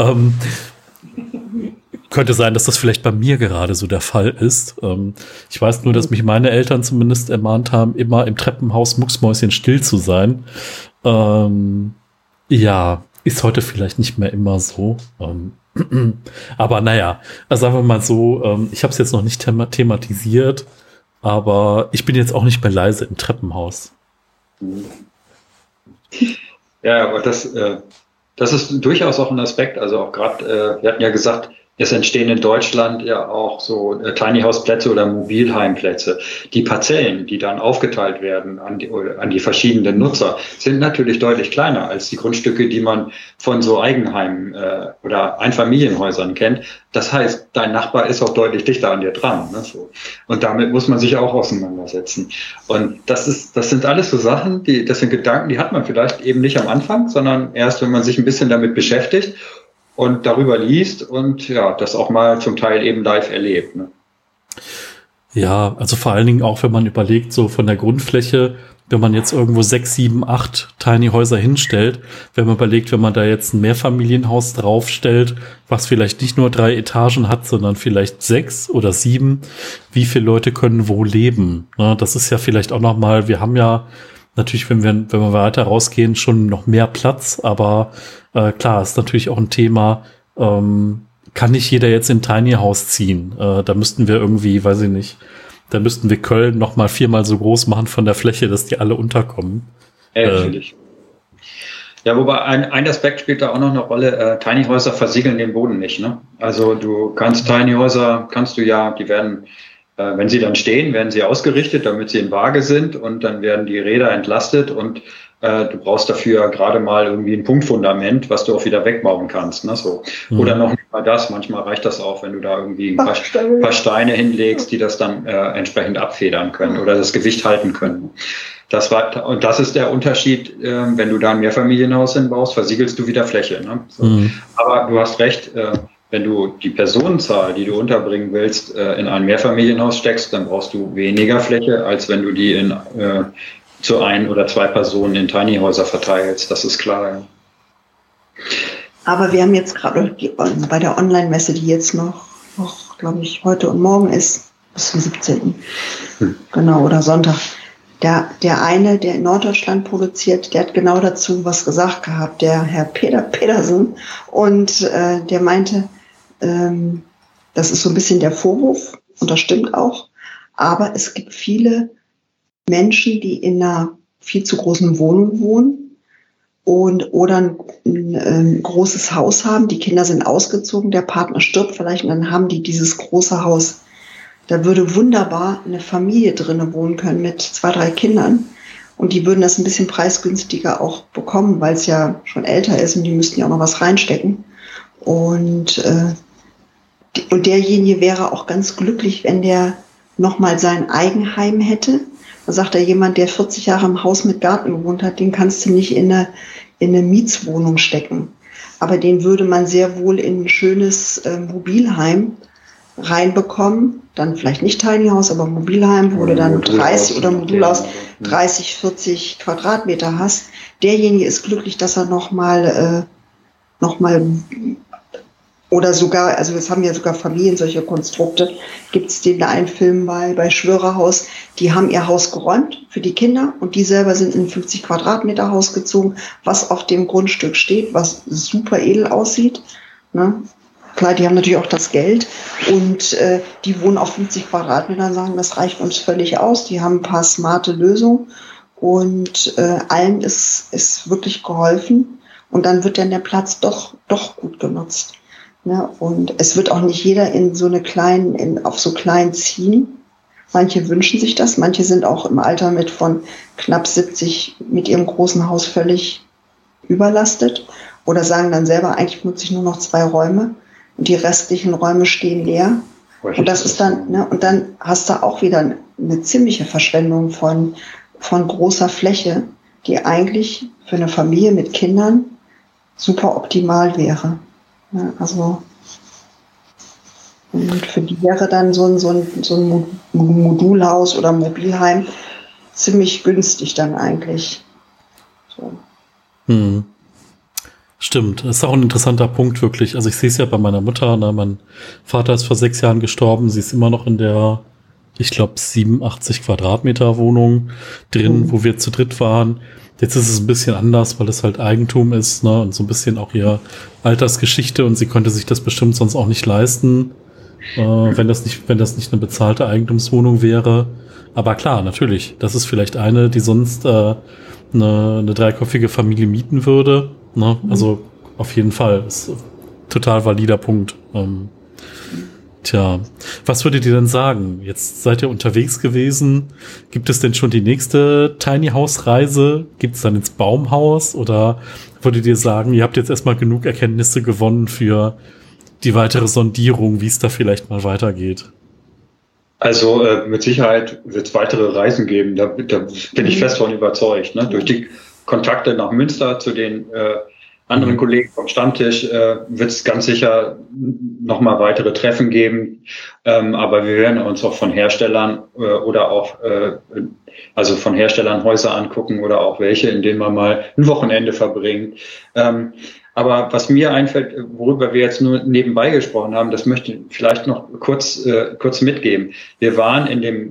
Könnte sein, dass das vielleicht bei mir gerade so der Fall ist. Ich weiß nur, dass mich meine Eltern zumindest ermahnt haben, immer im Treppenhaus mucksmäuschen still zu sein. Ja, ist heute vielleicht nicht mehr immer so. Aber naja, also sagen wir mal so, ich habe es jetzt noch nicht thematisiert, aber ich bin jetzt auch nicht mehr leise im Treppenhaus. Ja, aber das ist durchaus auch ein Aspekt. Also auch gerade, wir hatten ja gesagt, es entstehen in Deutschland ja auch so Tiny House Plätze oder Mobilheimplätze. Die Parzellen, die dann aufgeteilt werden an die verschiedenen Nutzer, sind natürlich deutlich kleiner als die Grundstücke, die man von so Eigenheimen oder Einfamilienhäusern kennt. Das heißt, dein Nachbar ist auch deutlich dichter an dir dran. Ne? So. Und damit muss man sich auch auseinandersetzen. Und das sind alles so Sachen, das sind Gedanken, die hat man vielleicht eben nicht am Anfang, sondern erst, wenn man sich ein bisschen damit beschäftigt und darüber liest und ja, das auch mal zum Teil eben live erlebt. Ne? Ja, also vor allen Dingen auch, wenn man überlegt, so von der Grundfläche, wenn man jetzt irgendwo 6, 7, 8 Tiny Häuser hinstellt, wenn man überlegt, wenn man da jetzt ein Mehrfamilienhaus draufstellt, was vielleicht nicht nur 3 Etagen hat, sondern vielleicht 6 oder 7, wie viele Leute können wo leben? Ne, das ist ja vielleicht auch nochmal, wir haben ja natürlich, wenn wir weiter rausgehen, schon noch mehr Platz, aber klar, ist natürlich auch ein Thema, kann nicht jeder jetzt in ein Tiny House ziehen. Da müssten wir irgendwie, weiß ich nicht, da müssten wir Köln noch mal 4-mal so groß machen von der Fläche, dass die alle unterkommen. Natürlich. Ja, wobei ein Aspekt spielt da auch noch eine Rolle. Tiny Häuser versiegeln den Boden nicht. Ne? Also du kannst Tiny Häuser, die werden, wenn sie dann stehen, werden sie ausgerichtet, damit sie in Waage sind und dann werden die Räder entlastet und du brauchst dafür gerade mal irgendwie ein Punktfundament, was du auch wieder wegbauen kannst. Ne? So. Oder noch nicht mal das. Manchmal reicht das auch, wenn du da irgendwie ein paar Steine hinlegst, die das dann entsprechend abfedern können oder das Gewicht halten können. Und das ist der Unterschied, wenn du da ein Mehrfamilienhaus hinbaust, versiegelst du wieder Fläche. Ne? So. Aber du hast recht, wenn du die Personenzahl, die du unterbringen willst, in ein Mehrfamilienhaus steckst, dann brauchst du weniger Fläche, als wenn du die zu 1 oder 2 Personen in Tiny-Häuser verteilst, das ist klar. Ja. Aber wir haben jetzt gerade bei der Online-Messe, die jetzt noch glaube ich, heute und morgen ist, bis zum 17. Genau, oder Sonntag. Der eine, der in Norddeutschland produziert, der hat genau dazu was gesagt gehabt, der Herr Pedersen. Und der meinte, das ist so ein bisschen der Vorwurf, und das stimmt auch, aber es gibt viele Menschen, die in einer viel zu großen Wohnung wohnen oder ein großes Haus haben. Die Kinder sind ausgezogen, der Partner stirbt vielleicht und dann haben die dieses große Haus. Da würde wunderbar eine Familie drinnen wohnen können mit 2, 3 Kindern und die würden das ein bisschen preisgünstiger auch bekommen, weil es ja schon älter ist und die müssten ja auch noch was reinstecken. Und derjenige wäre auch ganz glücklich, wenn der nochmal sein Eigenheim hätte. Da sagt er, jemand, der 40 Jahre im Haus mit Garten gewohnt hat, den kannst du nicht in eine Mietswohnung stecken. Aber den würde man sehr wohl in ein schönes Mobilheim reinbekommen. Dann vielleicht nicht Tiny House, aber Mobilheim, wo du dann 30 oder Modulhaus 30, 40 Quadratmeter hast. Derjenige ist glücklich, dass er nochmal oder sogar, also es haben ja sogar Familien solche Konstrukte, gibt es den einen Film bei Schwörerhaus, die haben ihr Haus geräumt für die Kinder und die selber sind in ein 50 Quadratmeter Haus gezogen, was auf dem Grundstück steht, was super edel aussieht. Ne? Klar, die haben natürlich auch das Geld und die wohnen auf 50 Quadratmetern, sagen, das reicht uns völlig aus. Die haben ein paar smarte Lösungen und allen ist wirklich geholfen und dann wird dann der Platz doch gut genutzt. Ja, und es wird auch nicht jeder in so eine auf so klein ziehen. Manche wünschen sich das, manche sind auch im Alter von knapp 70 mit ihrem großen Haus völlig überlastet oder sagen dann selber, eigentlich nutze ich nur noch 2 Räume und die restlichen Räume stehen leer. Und das ist dann, ne, und dann hast du auch wieder eine ziemliche Verschwendung von großer Fläche, die eigentlich für eine Familie mit Kindern super optimal wäre. Ja, also und für die wäre dann so ein Modulhaus oder Mobilheim ziemlich günstig dann eigentlich. So. Stimmt, das ist auch ein interessanter Punkt wirklich. Also ich sehe es ja bei meiner Mutter, ne? Mein Vater ist vor 6 Jahren gestorben, sie ist immer noch in der, ich glaube, 87 Quadratmeter Wohnung drin, wo wir zu dritt waren. Jetzt ist es ein bisschen anders, weil es halt Eigentum ist, ne, und so ein bisschen auch ihre Altersgeschichte und sie konnte sich das bestimmt sonst auch nicht leisten, wenn das nicht eine bezahlte Eigentumswohnung wäre. Aber klar, natürlich, das ist vielleicht eine, die sonst eine 3-köpfige Familie mieten würde, ne? Also auf jeden Fall, ist ein total valider Punkt. Tja, was würdet ihr denn sagen? Jetzt seid ihr unterwegs gewesen. Gibt es denn schon die nächste Tiny House Reise? Gibt es dann ins Baumhaus? Oder würdet ihr sagen, ihr habt jetzt erstmal genug Erkenntnisse gewonnen für die weitere Sondierung, wie es da vielleicht mal weitergeht? Also mit Sicherheit wird es weitere Reisen geben. Da bin ich fest von überzeugt. Ne? Durch die Kontakte nach Münster zu den anderen Kollegen vom Stammtisch wird es ganz sicher nochmal weitere Treffen geben. Aber wir werden uns auch von Herstellern oder auch also von Herstellern Häuser angucken oder auch welche, in denen man mal ein Wochenende verbringt. Aber was mir einfällt, worüber wir jetzt nur nebenbei gesprochen haben, das möchte ich vielleicht noch kurz mitgeben. Wir waren in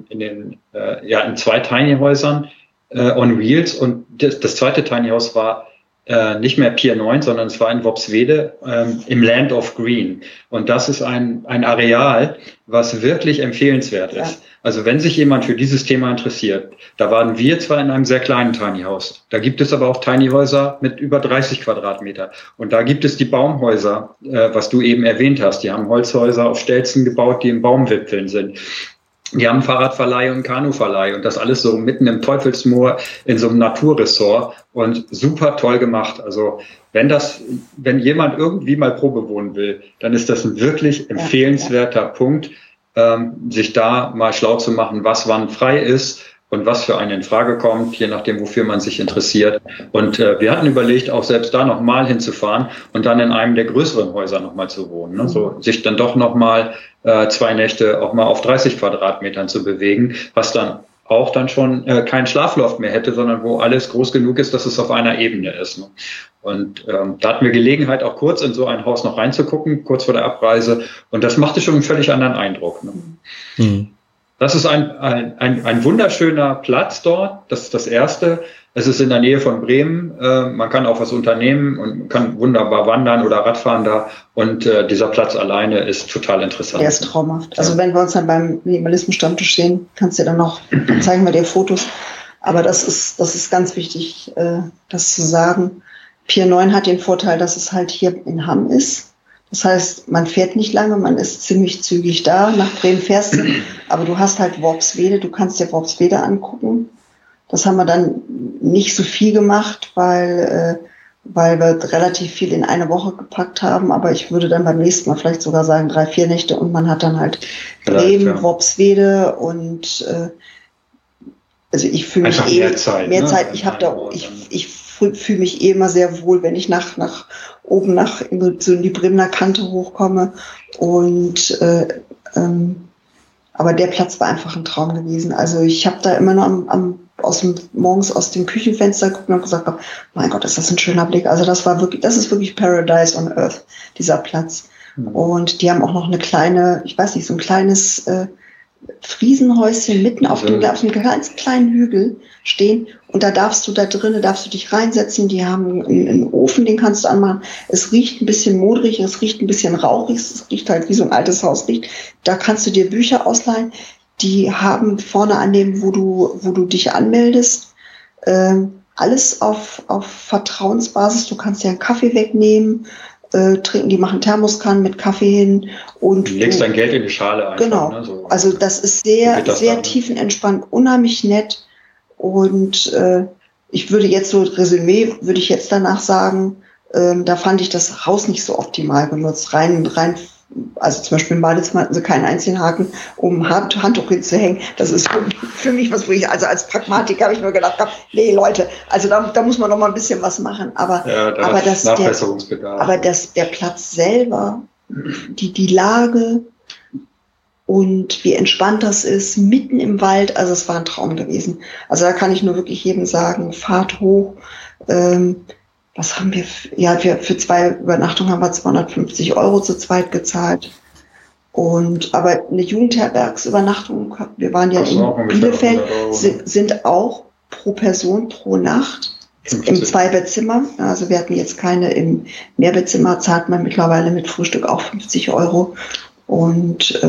2 Tiny Häusern on Wheels und das zweite Tiny House war nicht mehr Pier 9, sondern es war in Worpswede im Land of Green. Und das ist ein Areal, was wirklich empfehlenswert ist. Ja. Also wenn sich jemand für dieses Thema interessiert, da waren wir zwar in einem sehr kleinen Tiny House, da gibt es aber auch Tiny Häuser mit über 30 Quadratmeter. Und da gibt es die Baumhäuser, was du eben erwähnt hast. Die haben Holzhäuser auf Stelzen gebaut, die in Baumwipfeln sind. Die haben Fahrradverleih und Kanuverleih und das alles so mitten im Teufelsmoor in so einem Naturressort und super toll gemacht. Also wenn jemand irgendwie mal Probe wohnen will, dann ist das ein wirklich empfehlenswerter Punkt, sich da mal schlau zu machen, was wann frei ist und was für einen in Frage kommt, je nachdem, wofür man sich interessiert. Und wir hatten überlegt, auch selbst da nochmal hinzufahren und dann in einem der größeren Häuser nochmal zu wohnen. Ne? So sich dann doch nochmal 2 Nächte auch mal auf 30 Quadratmetern zu bewegen, was dann auch dann schon kein Schlafloft mehr hätte, sondern wo alles groß genug ist, dass es auf einer Ebene ist. Ne? Und da hatten wir Gelegenheit, auch kurz in so ein Haus noch reinzugucken, kurz vor der Abreise. Und das machte schon einen völlig anderen Eindruck. Ne? Mhm. Das ist ein wunderschöner Platz dort. Das ist das Erste. Es ist in der Nähe von Bremen. Man kann auch was unternehmen und kann wunderbar wandern oder Radfahren da. Und dieser Platz alleine ist total interessant. Der ist traumhaft. Also wenn wir uns dann beim Minimalismus-Stammtisch sehen, dann zeigen wir dir Fotos. Aber das ist ganz wichtig, das zu sagen. Pier 9 hat den Vorteil, dass es halt hier in Hamm ist. Das heißt, man fährt nicht lange, man ist ziemlich zügig da. Nach Bremen fährst du, aber du hast halt Worpswede, du kannst dir Worpswede angucken. Das haben wir dann nicht so viel gemacht, weil wir relativ viel in eine Woche gepackt haben. Aber ich würde dann beim nächsten Mal vielleicht sogar sagen 3, 4 Nächte und man hat dann halt Bremen, Worpswede und also ich fühle mich mehr Zeit. Ich fühle mich immer sehr wohl, wenn ich nach oben so in die Bremener Kante hochkomme. Und aber der Platz war einfach ein Traum gewesen. Also ich habe da immer nur morgens aus dem Küchenfenster geguckt und gesagt, mein Gott, ist das ein schöner Blick. Also das ist wirklich Paradise on Earth, dieser Platz. Mhm. Und die haben auch noch eine kleine, ich weiß nicht, so ein kleines Friesenhäuschen mitten auf einem ganz kleinen Hügel stehen und da darfst du dich reinsetzen, die haben einen Ofen, den kannst du anmachen, es riecht ein bisschen modrig, es riecht ein bisschen rauchig, es riecht halt wie so ein altes Haus riecht, da kannst du dir Bücher ausleihen, die haben vorne an dem, wo du dich anmeldest, alles auf Vertrauensbasis, du kannst dir einen Kaffee wegnehmen, trinken, die machen Thermoskannen mit Kaffee hin und du legst dein Geld in die Schale einfach. Genau, ne, so. Also das ist sehr tiefenentspannt, unheimlich nett und ich würde jetzt danach sagen, da fand ich das Haus nicht so optimal genutzt, rein, also zum Beispiel im Badezimmer hatten sie keinen einzigen Haken, um Handtuch hinzuhängen. Das ist für mich was, wo ich, also als Pragmatiker habe ich mir gedacht, nee Leute, also da muss man noch mal ein bisschen was machen. Aber der Platz selber, die Lage und wie entspannt das ist, mitten im Wald, also es war ein Traum gewesen. Also da kann ich nur wirklich jedem sagen, fahrt hoch. Was haben wir? Für 2 Übernachtungen haben wir 250 € zu zweit gezahlt. Aber eine Jugendherbergsübernachtung, wir waren ja in Bielefeld, sind auch pro Person, pro Nacht im 2-Bettzimmer. Also wir hatten jetzt keine im Mehrbettzimmer, zahlt man mittlerweile mit Frühstück auch 50 €. Und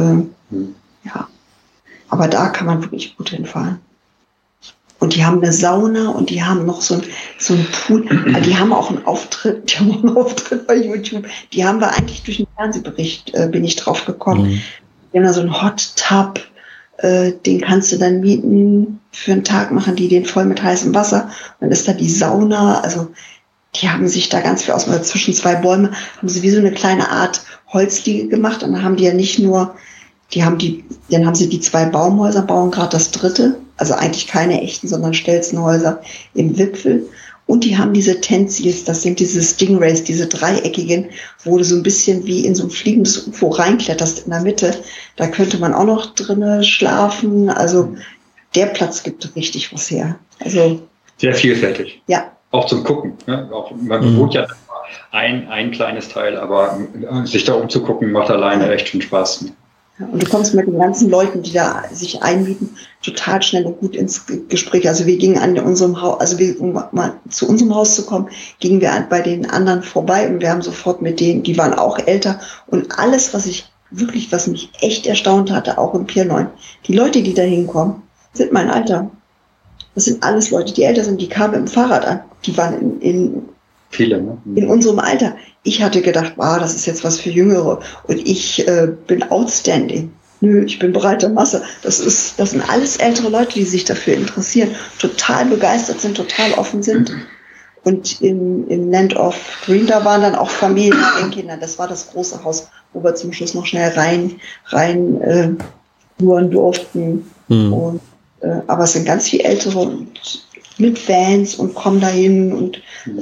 aber da kann man wirklich gut hinfahren. Und die haben eine Sauna und die haben noch so ein Pool. Die haben auch einen Auftritt bei YouTube. Die haben wir eigentlich durch den Fernsehbericht, bin ich drauf gekommen. Mhm. Die haben da so einen Hot Tub, den kannst du dann mieten, für einen Tag machen die den voll mit heißem Wasser. Dann ist da die Sauna, also die haben sich da ganz viel zwischen 2 Bäume, haben sie wie so eine kleine Art Holzliege gemacht. Und dann haben die ja nicht nur, dann haben sie die 2 Baumhäuser, bauen gerade das 3., also eigentlich keine echten, sondern Stelzenhäuser im Wipfel. Und die haben diese Tensils, das sind diese Stingrays, diese dreieckigen, wo du so ein bisschen wie in so ein fliegendes UFO reinkletterst in der Mitte. Da könnte man auch noch drinnen schlafen. Also der Platz gibt richtig was her. Also sehr vielfältig. Ja. Auch zum Gucken. Ne? Auch, man bewohnt ja ein kleines Teil, aber sich da umzugucken macht alleine echt schon Spaß. Ne? Ja, und du kommst mit den ganzen Leuten, die da sich einmieten, total schnell und gut ins Gespräch. Also wir gingen an unserem Haus, um mal zu unserem Haus zu kommen, gingen wir bei den anderen vorbei und wir haben sofort mit denen, die waren auch älter und alles, was mich echt erstaunt hatte, auch im Pier 9, die Leute, die da hinkommen, sind mein Alter. Das sind alles Leute, die älter sind, die kamen mit dem Fahrrad an. Die waren viele, ne? In unserem Alter. Ich hatte gedacht, das ist jetzt was für Jüngere. Und ich bin outstanding. Nö, ich bin breite Masse. Das sind alles ältere Leute, die sich dafür interessieren, total begeistert sind, total offen sind. Und im Land of Green, da waren dann auch Familien mit Kindern. Das war das große Haus, wo wir zum Schluss noch schnell rein touren durften. Und aber es sind ganz viele Ältere und mit Vans und kommen dahin und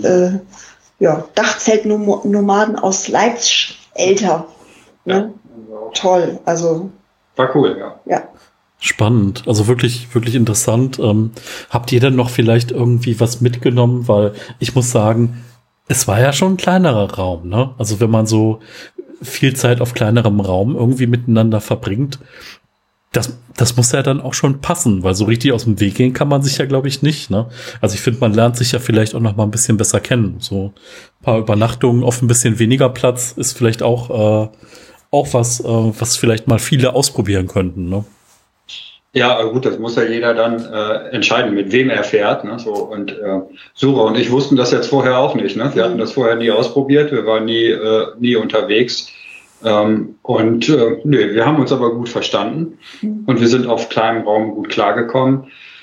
Dachzeltnomaden aus Leipzig älter. Ne? Ja. Toll, also. War cool, ja. Spannend, also wirklich, wirklich interessant. Habt ihr denn noch vielleicht irgendwie was mitgenommen? Weil ich muss sagen, es war ja schon ein kleinerer Raum, ne? Also wenn man so viel Zeit auf kleinerem Raum irgendwie miteinander verbringt, das muss ja dann auch schon passen, weil so richtig aus dem Weg gehen kann man sich ja, glaube ich, nicht, ne? Also ich finde, man lernt sich ja vielleicht auch noch mal ein bisschen besser kennen. So ein paar Übernachtungen auf ein bisschen weniger Platz ist vielleicht auch was vielleicht mal viele ausprobieren könnten, ne? Ja, gut, das muss ja jeder dann entscheiden, mit wem er fährt, ne? So, und Sura und ich wussten das jetzt vorher auch nicht, ne? Wir hatten das vorher nie ausprobiert, wir waren nie unterwegs. Wir haben uns aber gut verstanden und wir sind auf kleinem Raum gut klargekommen.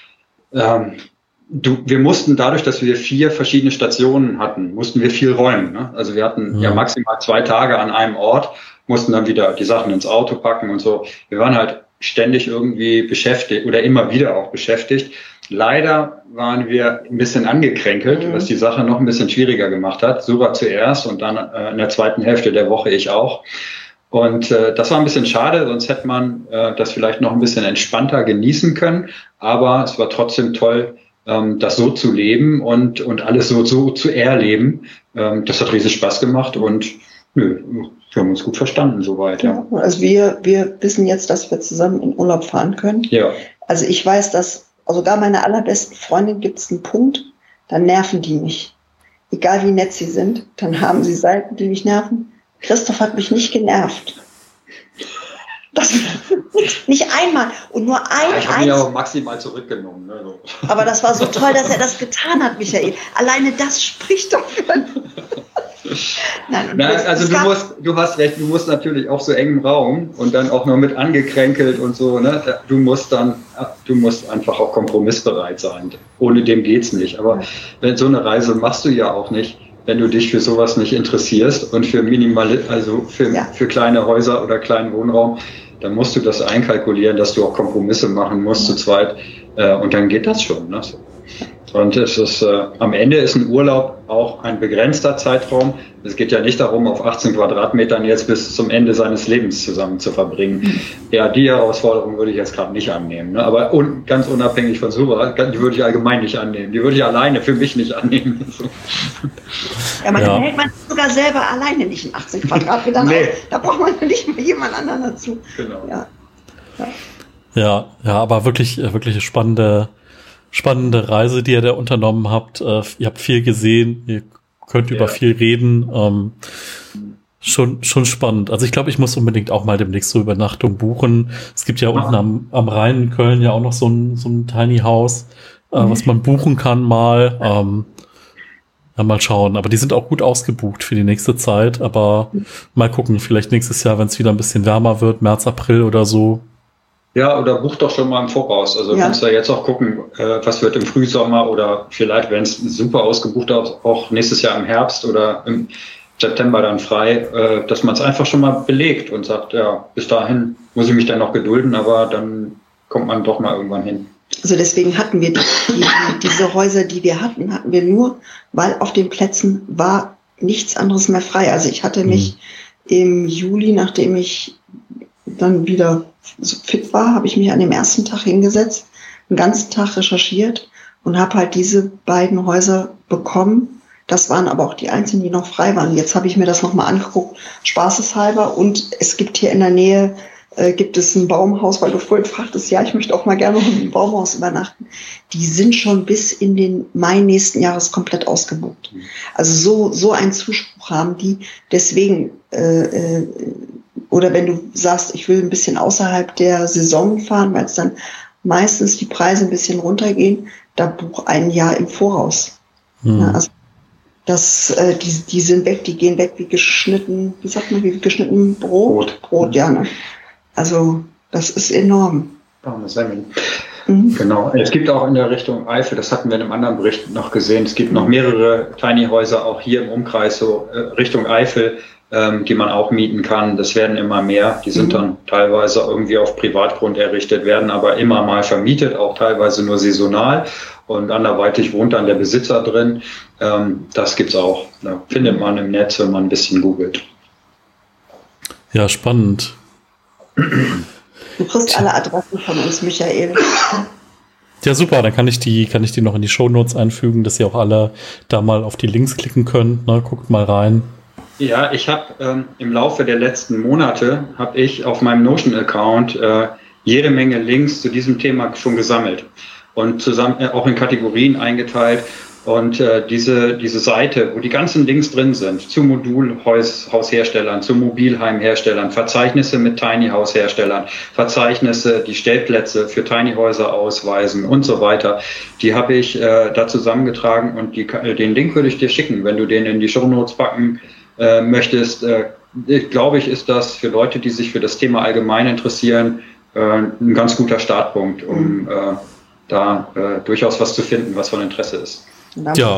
Wir mussten dadurch, dass wir 4 verschiedene Stationen hatten, mussten wir viel räumen. Ne? Also wir hatten ja maximal 2 Tage an einem Ort, mussten dann wieder die Sachen ins Auto packen und so. Wir waren halt ständig irgendwie beschäftigt oder immer wieder auch beschäftigt. Leider waren wir ein bisschen angekränkelt, was die Sache noch ein bisschen schwieriger gemacht hat. Sura zuerst und dann in der zweiten Hälfte der Woche ich auch. Und das war ein bisschen schade, sonst hätte man das vielleicht noch ein bisschen entspannter genießen können. Aber es war trotzdem toll, das so zu leben und alles so zu erleben. Das hat riesig Spaß gemacht und wir haben uns gut verstanden soweit. Ja. Also wir wissen jetzt, dass wir zusammen in Urlaub fahren können. Ja. Also ich weiß, dass sogar meine allerbesten Freundin gibt es einen Punkt, dann nerven die mich. Egal wie nett sie sind, dann haben sie Seiten, die mich nerven. Christoph hat mich nicht genervt. Das nicht einmal und nur ich habe ihn ja auch maximal zurückgenommen. Ne? So. Aber das war so toll, dass er das getan hat, Michael. Alleine das spricht dafür. Nein, also du hast recht, du musst natürlich auf so engem Raum und dann auch noch mit angekränkelt und so, ne? Du musst einfach auch kompromissbereit sein. Ohne dem geht's nicht. Aber so eine Reise machst du ja auch nicht, wenn du dich für sowas nicht interessierst und für kleine Häuser oder kleinen Wohnraum, dann musst du das einkalkulieren, dass du auch Kompromisse machen musst zu zweit und dann geht das schon. Ne? Und es ist am Ende ist ein Urlaub auch ein begrenzter Zeitraum. Es geht ja nicht darum, auf 18 Quadratmetern jetzt bis zum Ende seines Lebens zusammen zu verbringen. Ja, die Herausforderung würde ich jetzt gerade nicht annehmen. Ne? Aber ganz unabhängig von Sura, die würde ich allgemein nicht annehmen. Die würde ich alleine für mich nicht annehmen. Ja, man hält man sogar selber alleine nicht in 18 Quadratmetern aus. Da braucht man nicht mal jemand anderen dazu. Genau. Ja, aber wirklich spannende Reise, die ihr da unternommen habt. Ihr habt viel gesehen, ihr könnt über viel reden. Schon spannend. Also ich glaube, ich muss unbedingt auch mal demnächst so Übernachtung buchen. Es gibt ja unten am Rhein in Köln ja auch noch so ein Tiny House, was man buchen kann mal. Mal schauen. Aber die sind auch gut ausgebucht für die nächste Zeit. Aber mal gucken, vielleicht nächstes Jahr, wenn es wieder ein bisschen wärmer wird, März, April oder so. Ja, oder buch doch schon mal im Voraus. Also kannst du ja jetzt auch gucken, was wird im Frühsommer oder vielleicht, wenn es super ausgebucht ist, auch nächstes Jahr im Herbst oder im September dann frei, dass man es einfach schon mal belegt und sagt, ja, bis dahin muss ich mich dann noch gedulden, aber dann kommt man doch mal irgendwann hin. Also deswegen hatten wir diese Häuser, die wir hatten wir nur, weil auf den Plätzen war nichts anderes mehr frei. Also ich hatte mich im Juli, nachdem ich dann wieder so fit war, habe ich mich an dem ersten Tag hingesetzt, den ganzen Tag recherchiert und habe halt diese beiden Häuser bekommen. Das waren aber auch die einzigen, die noch frei waren. Jetzt habe ich mir das nochmal angeguckt, spaßeshalber. Und es gibt hier in der Nähe, gibt es ein Baumhaus, weil du vorhin fragtest, ja, ich möchte auch mal gerne in einem Baumhaus übernachten. Die sind schon bis in den Mai nächsten Jahres komplett ausgebucht. Also so einen Zuspruch haben die. Deswegen, oder wenn du sagst, ich will ein bisschen außerhalb der Saison fahren, weil es dann meistens die Preise ein bisschen runtergehen, da buch ein Jahr im Voraus. Ja, also die sind weg, die gehen weg wie geschnitten, wie sagt man, wie geschnitten Brot, ja, ne? Also das ist enorm. Genau. Es gibt auch in der Richtung Eifel, das hatten wir in einem anderen Bericht noch gesehen, es gibt noch mehrere Tiny Häuser auch hier im Umkreis, so Richtung Eifel, die man auch mieten kann. Das werden immer mehr. Die sind dann teilweise irgendwie auf Privatgrund errichtet, werden aber immer mal vermietet, auch teilweise nur saisonal. Und anderweitig wohnt dann der Besitzer drin. Das gibt's auch. Ne? Findet man im Netz, wenn man ein bisschen googelt. Ja, spannend. Du kriegst alle Adressen von uns, Michael. Ja, super. Dann kann ich die noch in die Shownotes einfügen, dass ihr auch alle da mal auf die Links klicken könnt. Ne? Guckt mal rein. Ja, ich habe im Laufe der letzten Monate habe ich auf meinem Notion-Account jede Menge Links zu diesem Thema schon gesammelt und zusammen auch in Kategorien eingeteilt. Und diese Seite, wo die ganzen Links drin sind, zu Modulhausherstellern, zu Mobilheimherstellern, Verzeichnisse mit Tiny House Herstellern, Verzeichnisse, die Stellplätze für Tiny Häuser ausweisen und so weiter, die habe ich da zusammengetragen und den Link würde ich dir schicken, wenn du den in die Shownotes packen möchtest. Glaube ich, ist das für Leute, die sich für das Thema allgemein interessieren, ein ganz guter Startpunkt, um da durchaus was zu finden, was von Interesse ist. Ja,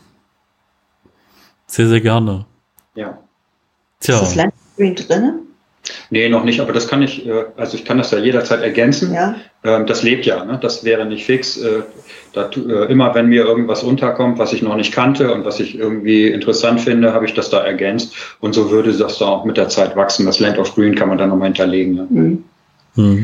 sehr, sehr gerne. Ja. Tja. Ist das Landscreen drin? Nee, noch nicht, aber das kann ich, also ich kann das ja jederzeit ergänzen. Ja. Das lebt ja, ne? Das wäre nicht fix. Immer wenn mir irgendwas unterkommt, was ich noch nicht kannte und was ich irgendwie interessant finde, habe ich das da ergänzt. Und so würde das dann auch mit der Zeit wachsen. Das Land of Green kann man dann nochmal hinterlegen. Ja.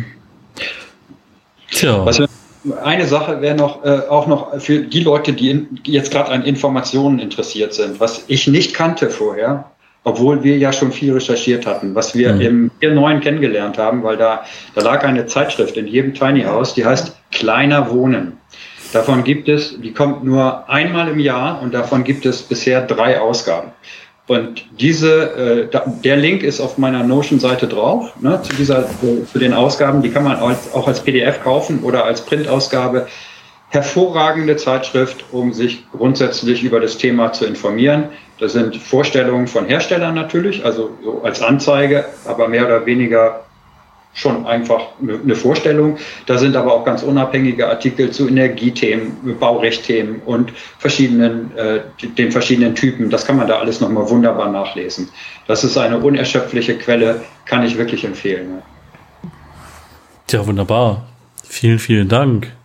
Tja. Eine Sache wäre noch, auch noch für die Leute, die jetzt gerade an Informationen interessiert sind, was ich nicht kannte vorher, obwohl wir ja schon viel recherchiert hatten, was wir im 4.9 kennengelernt haben, weil da lag eine Zeitschrift in jedem Tiny House, die heißt Kleiner Wohnen. Davon gibt es, die kommt nur einmal im Jahr und davon gibt es bisher 3 Ausgaben. Und der Link ist auf meiner Notion-Seite drauf, ne, zu den Ausgaben. Die kann man auch als PDF kaufen oder als Printausgabe. Hervorragende Zeitschrift, um sich grundsätzlich über das Thema zu informieren. Das sind Vorstellungen von Herstellern natürlich, also so als Anzeige, aber mehr oder weniger schon einfach eine Vorstellung. Da sind aber auch ganz unabhängige Artikel zu Energiethemen, Baurechtthemen und den verschiedenen Typen. Das kann man da alles nochmal wunderbar nachlesen. Das ist eine unerschöpfliche Quelle, kann ich wirklich empfehlen. Ja, wunderbar. Vielen, vielen Dank.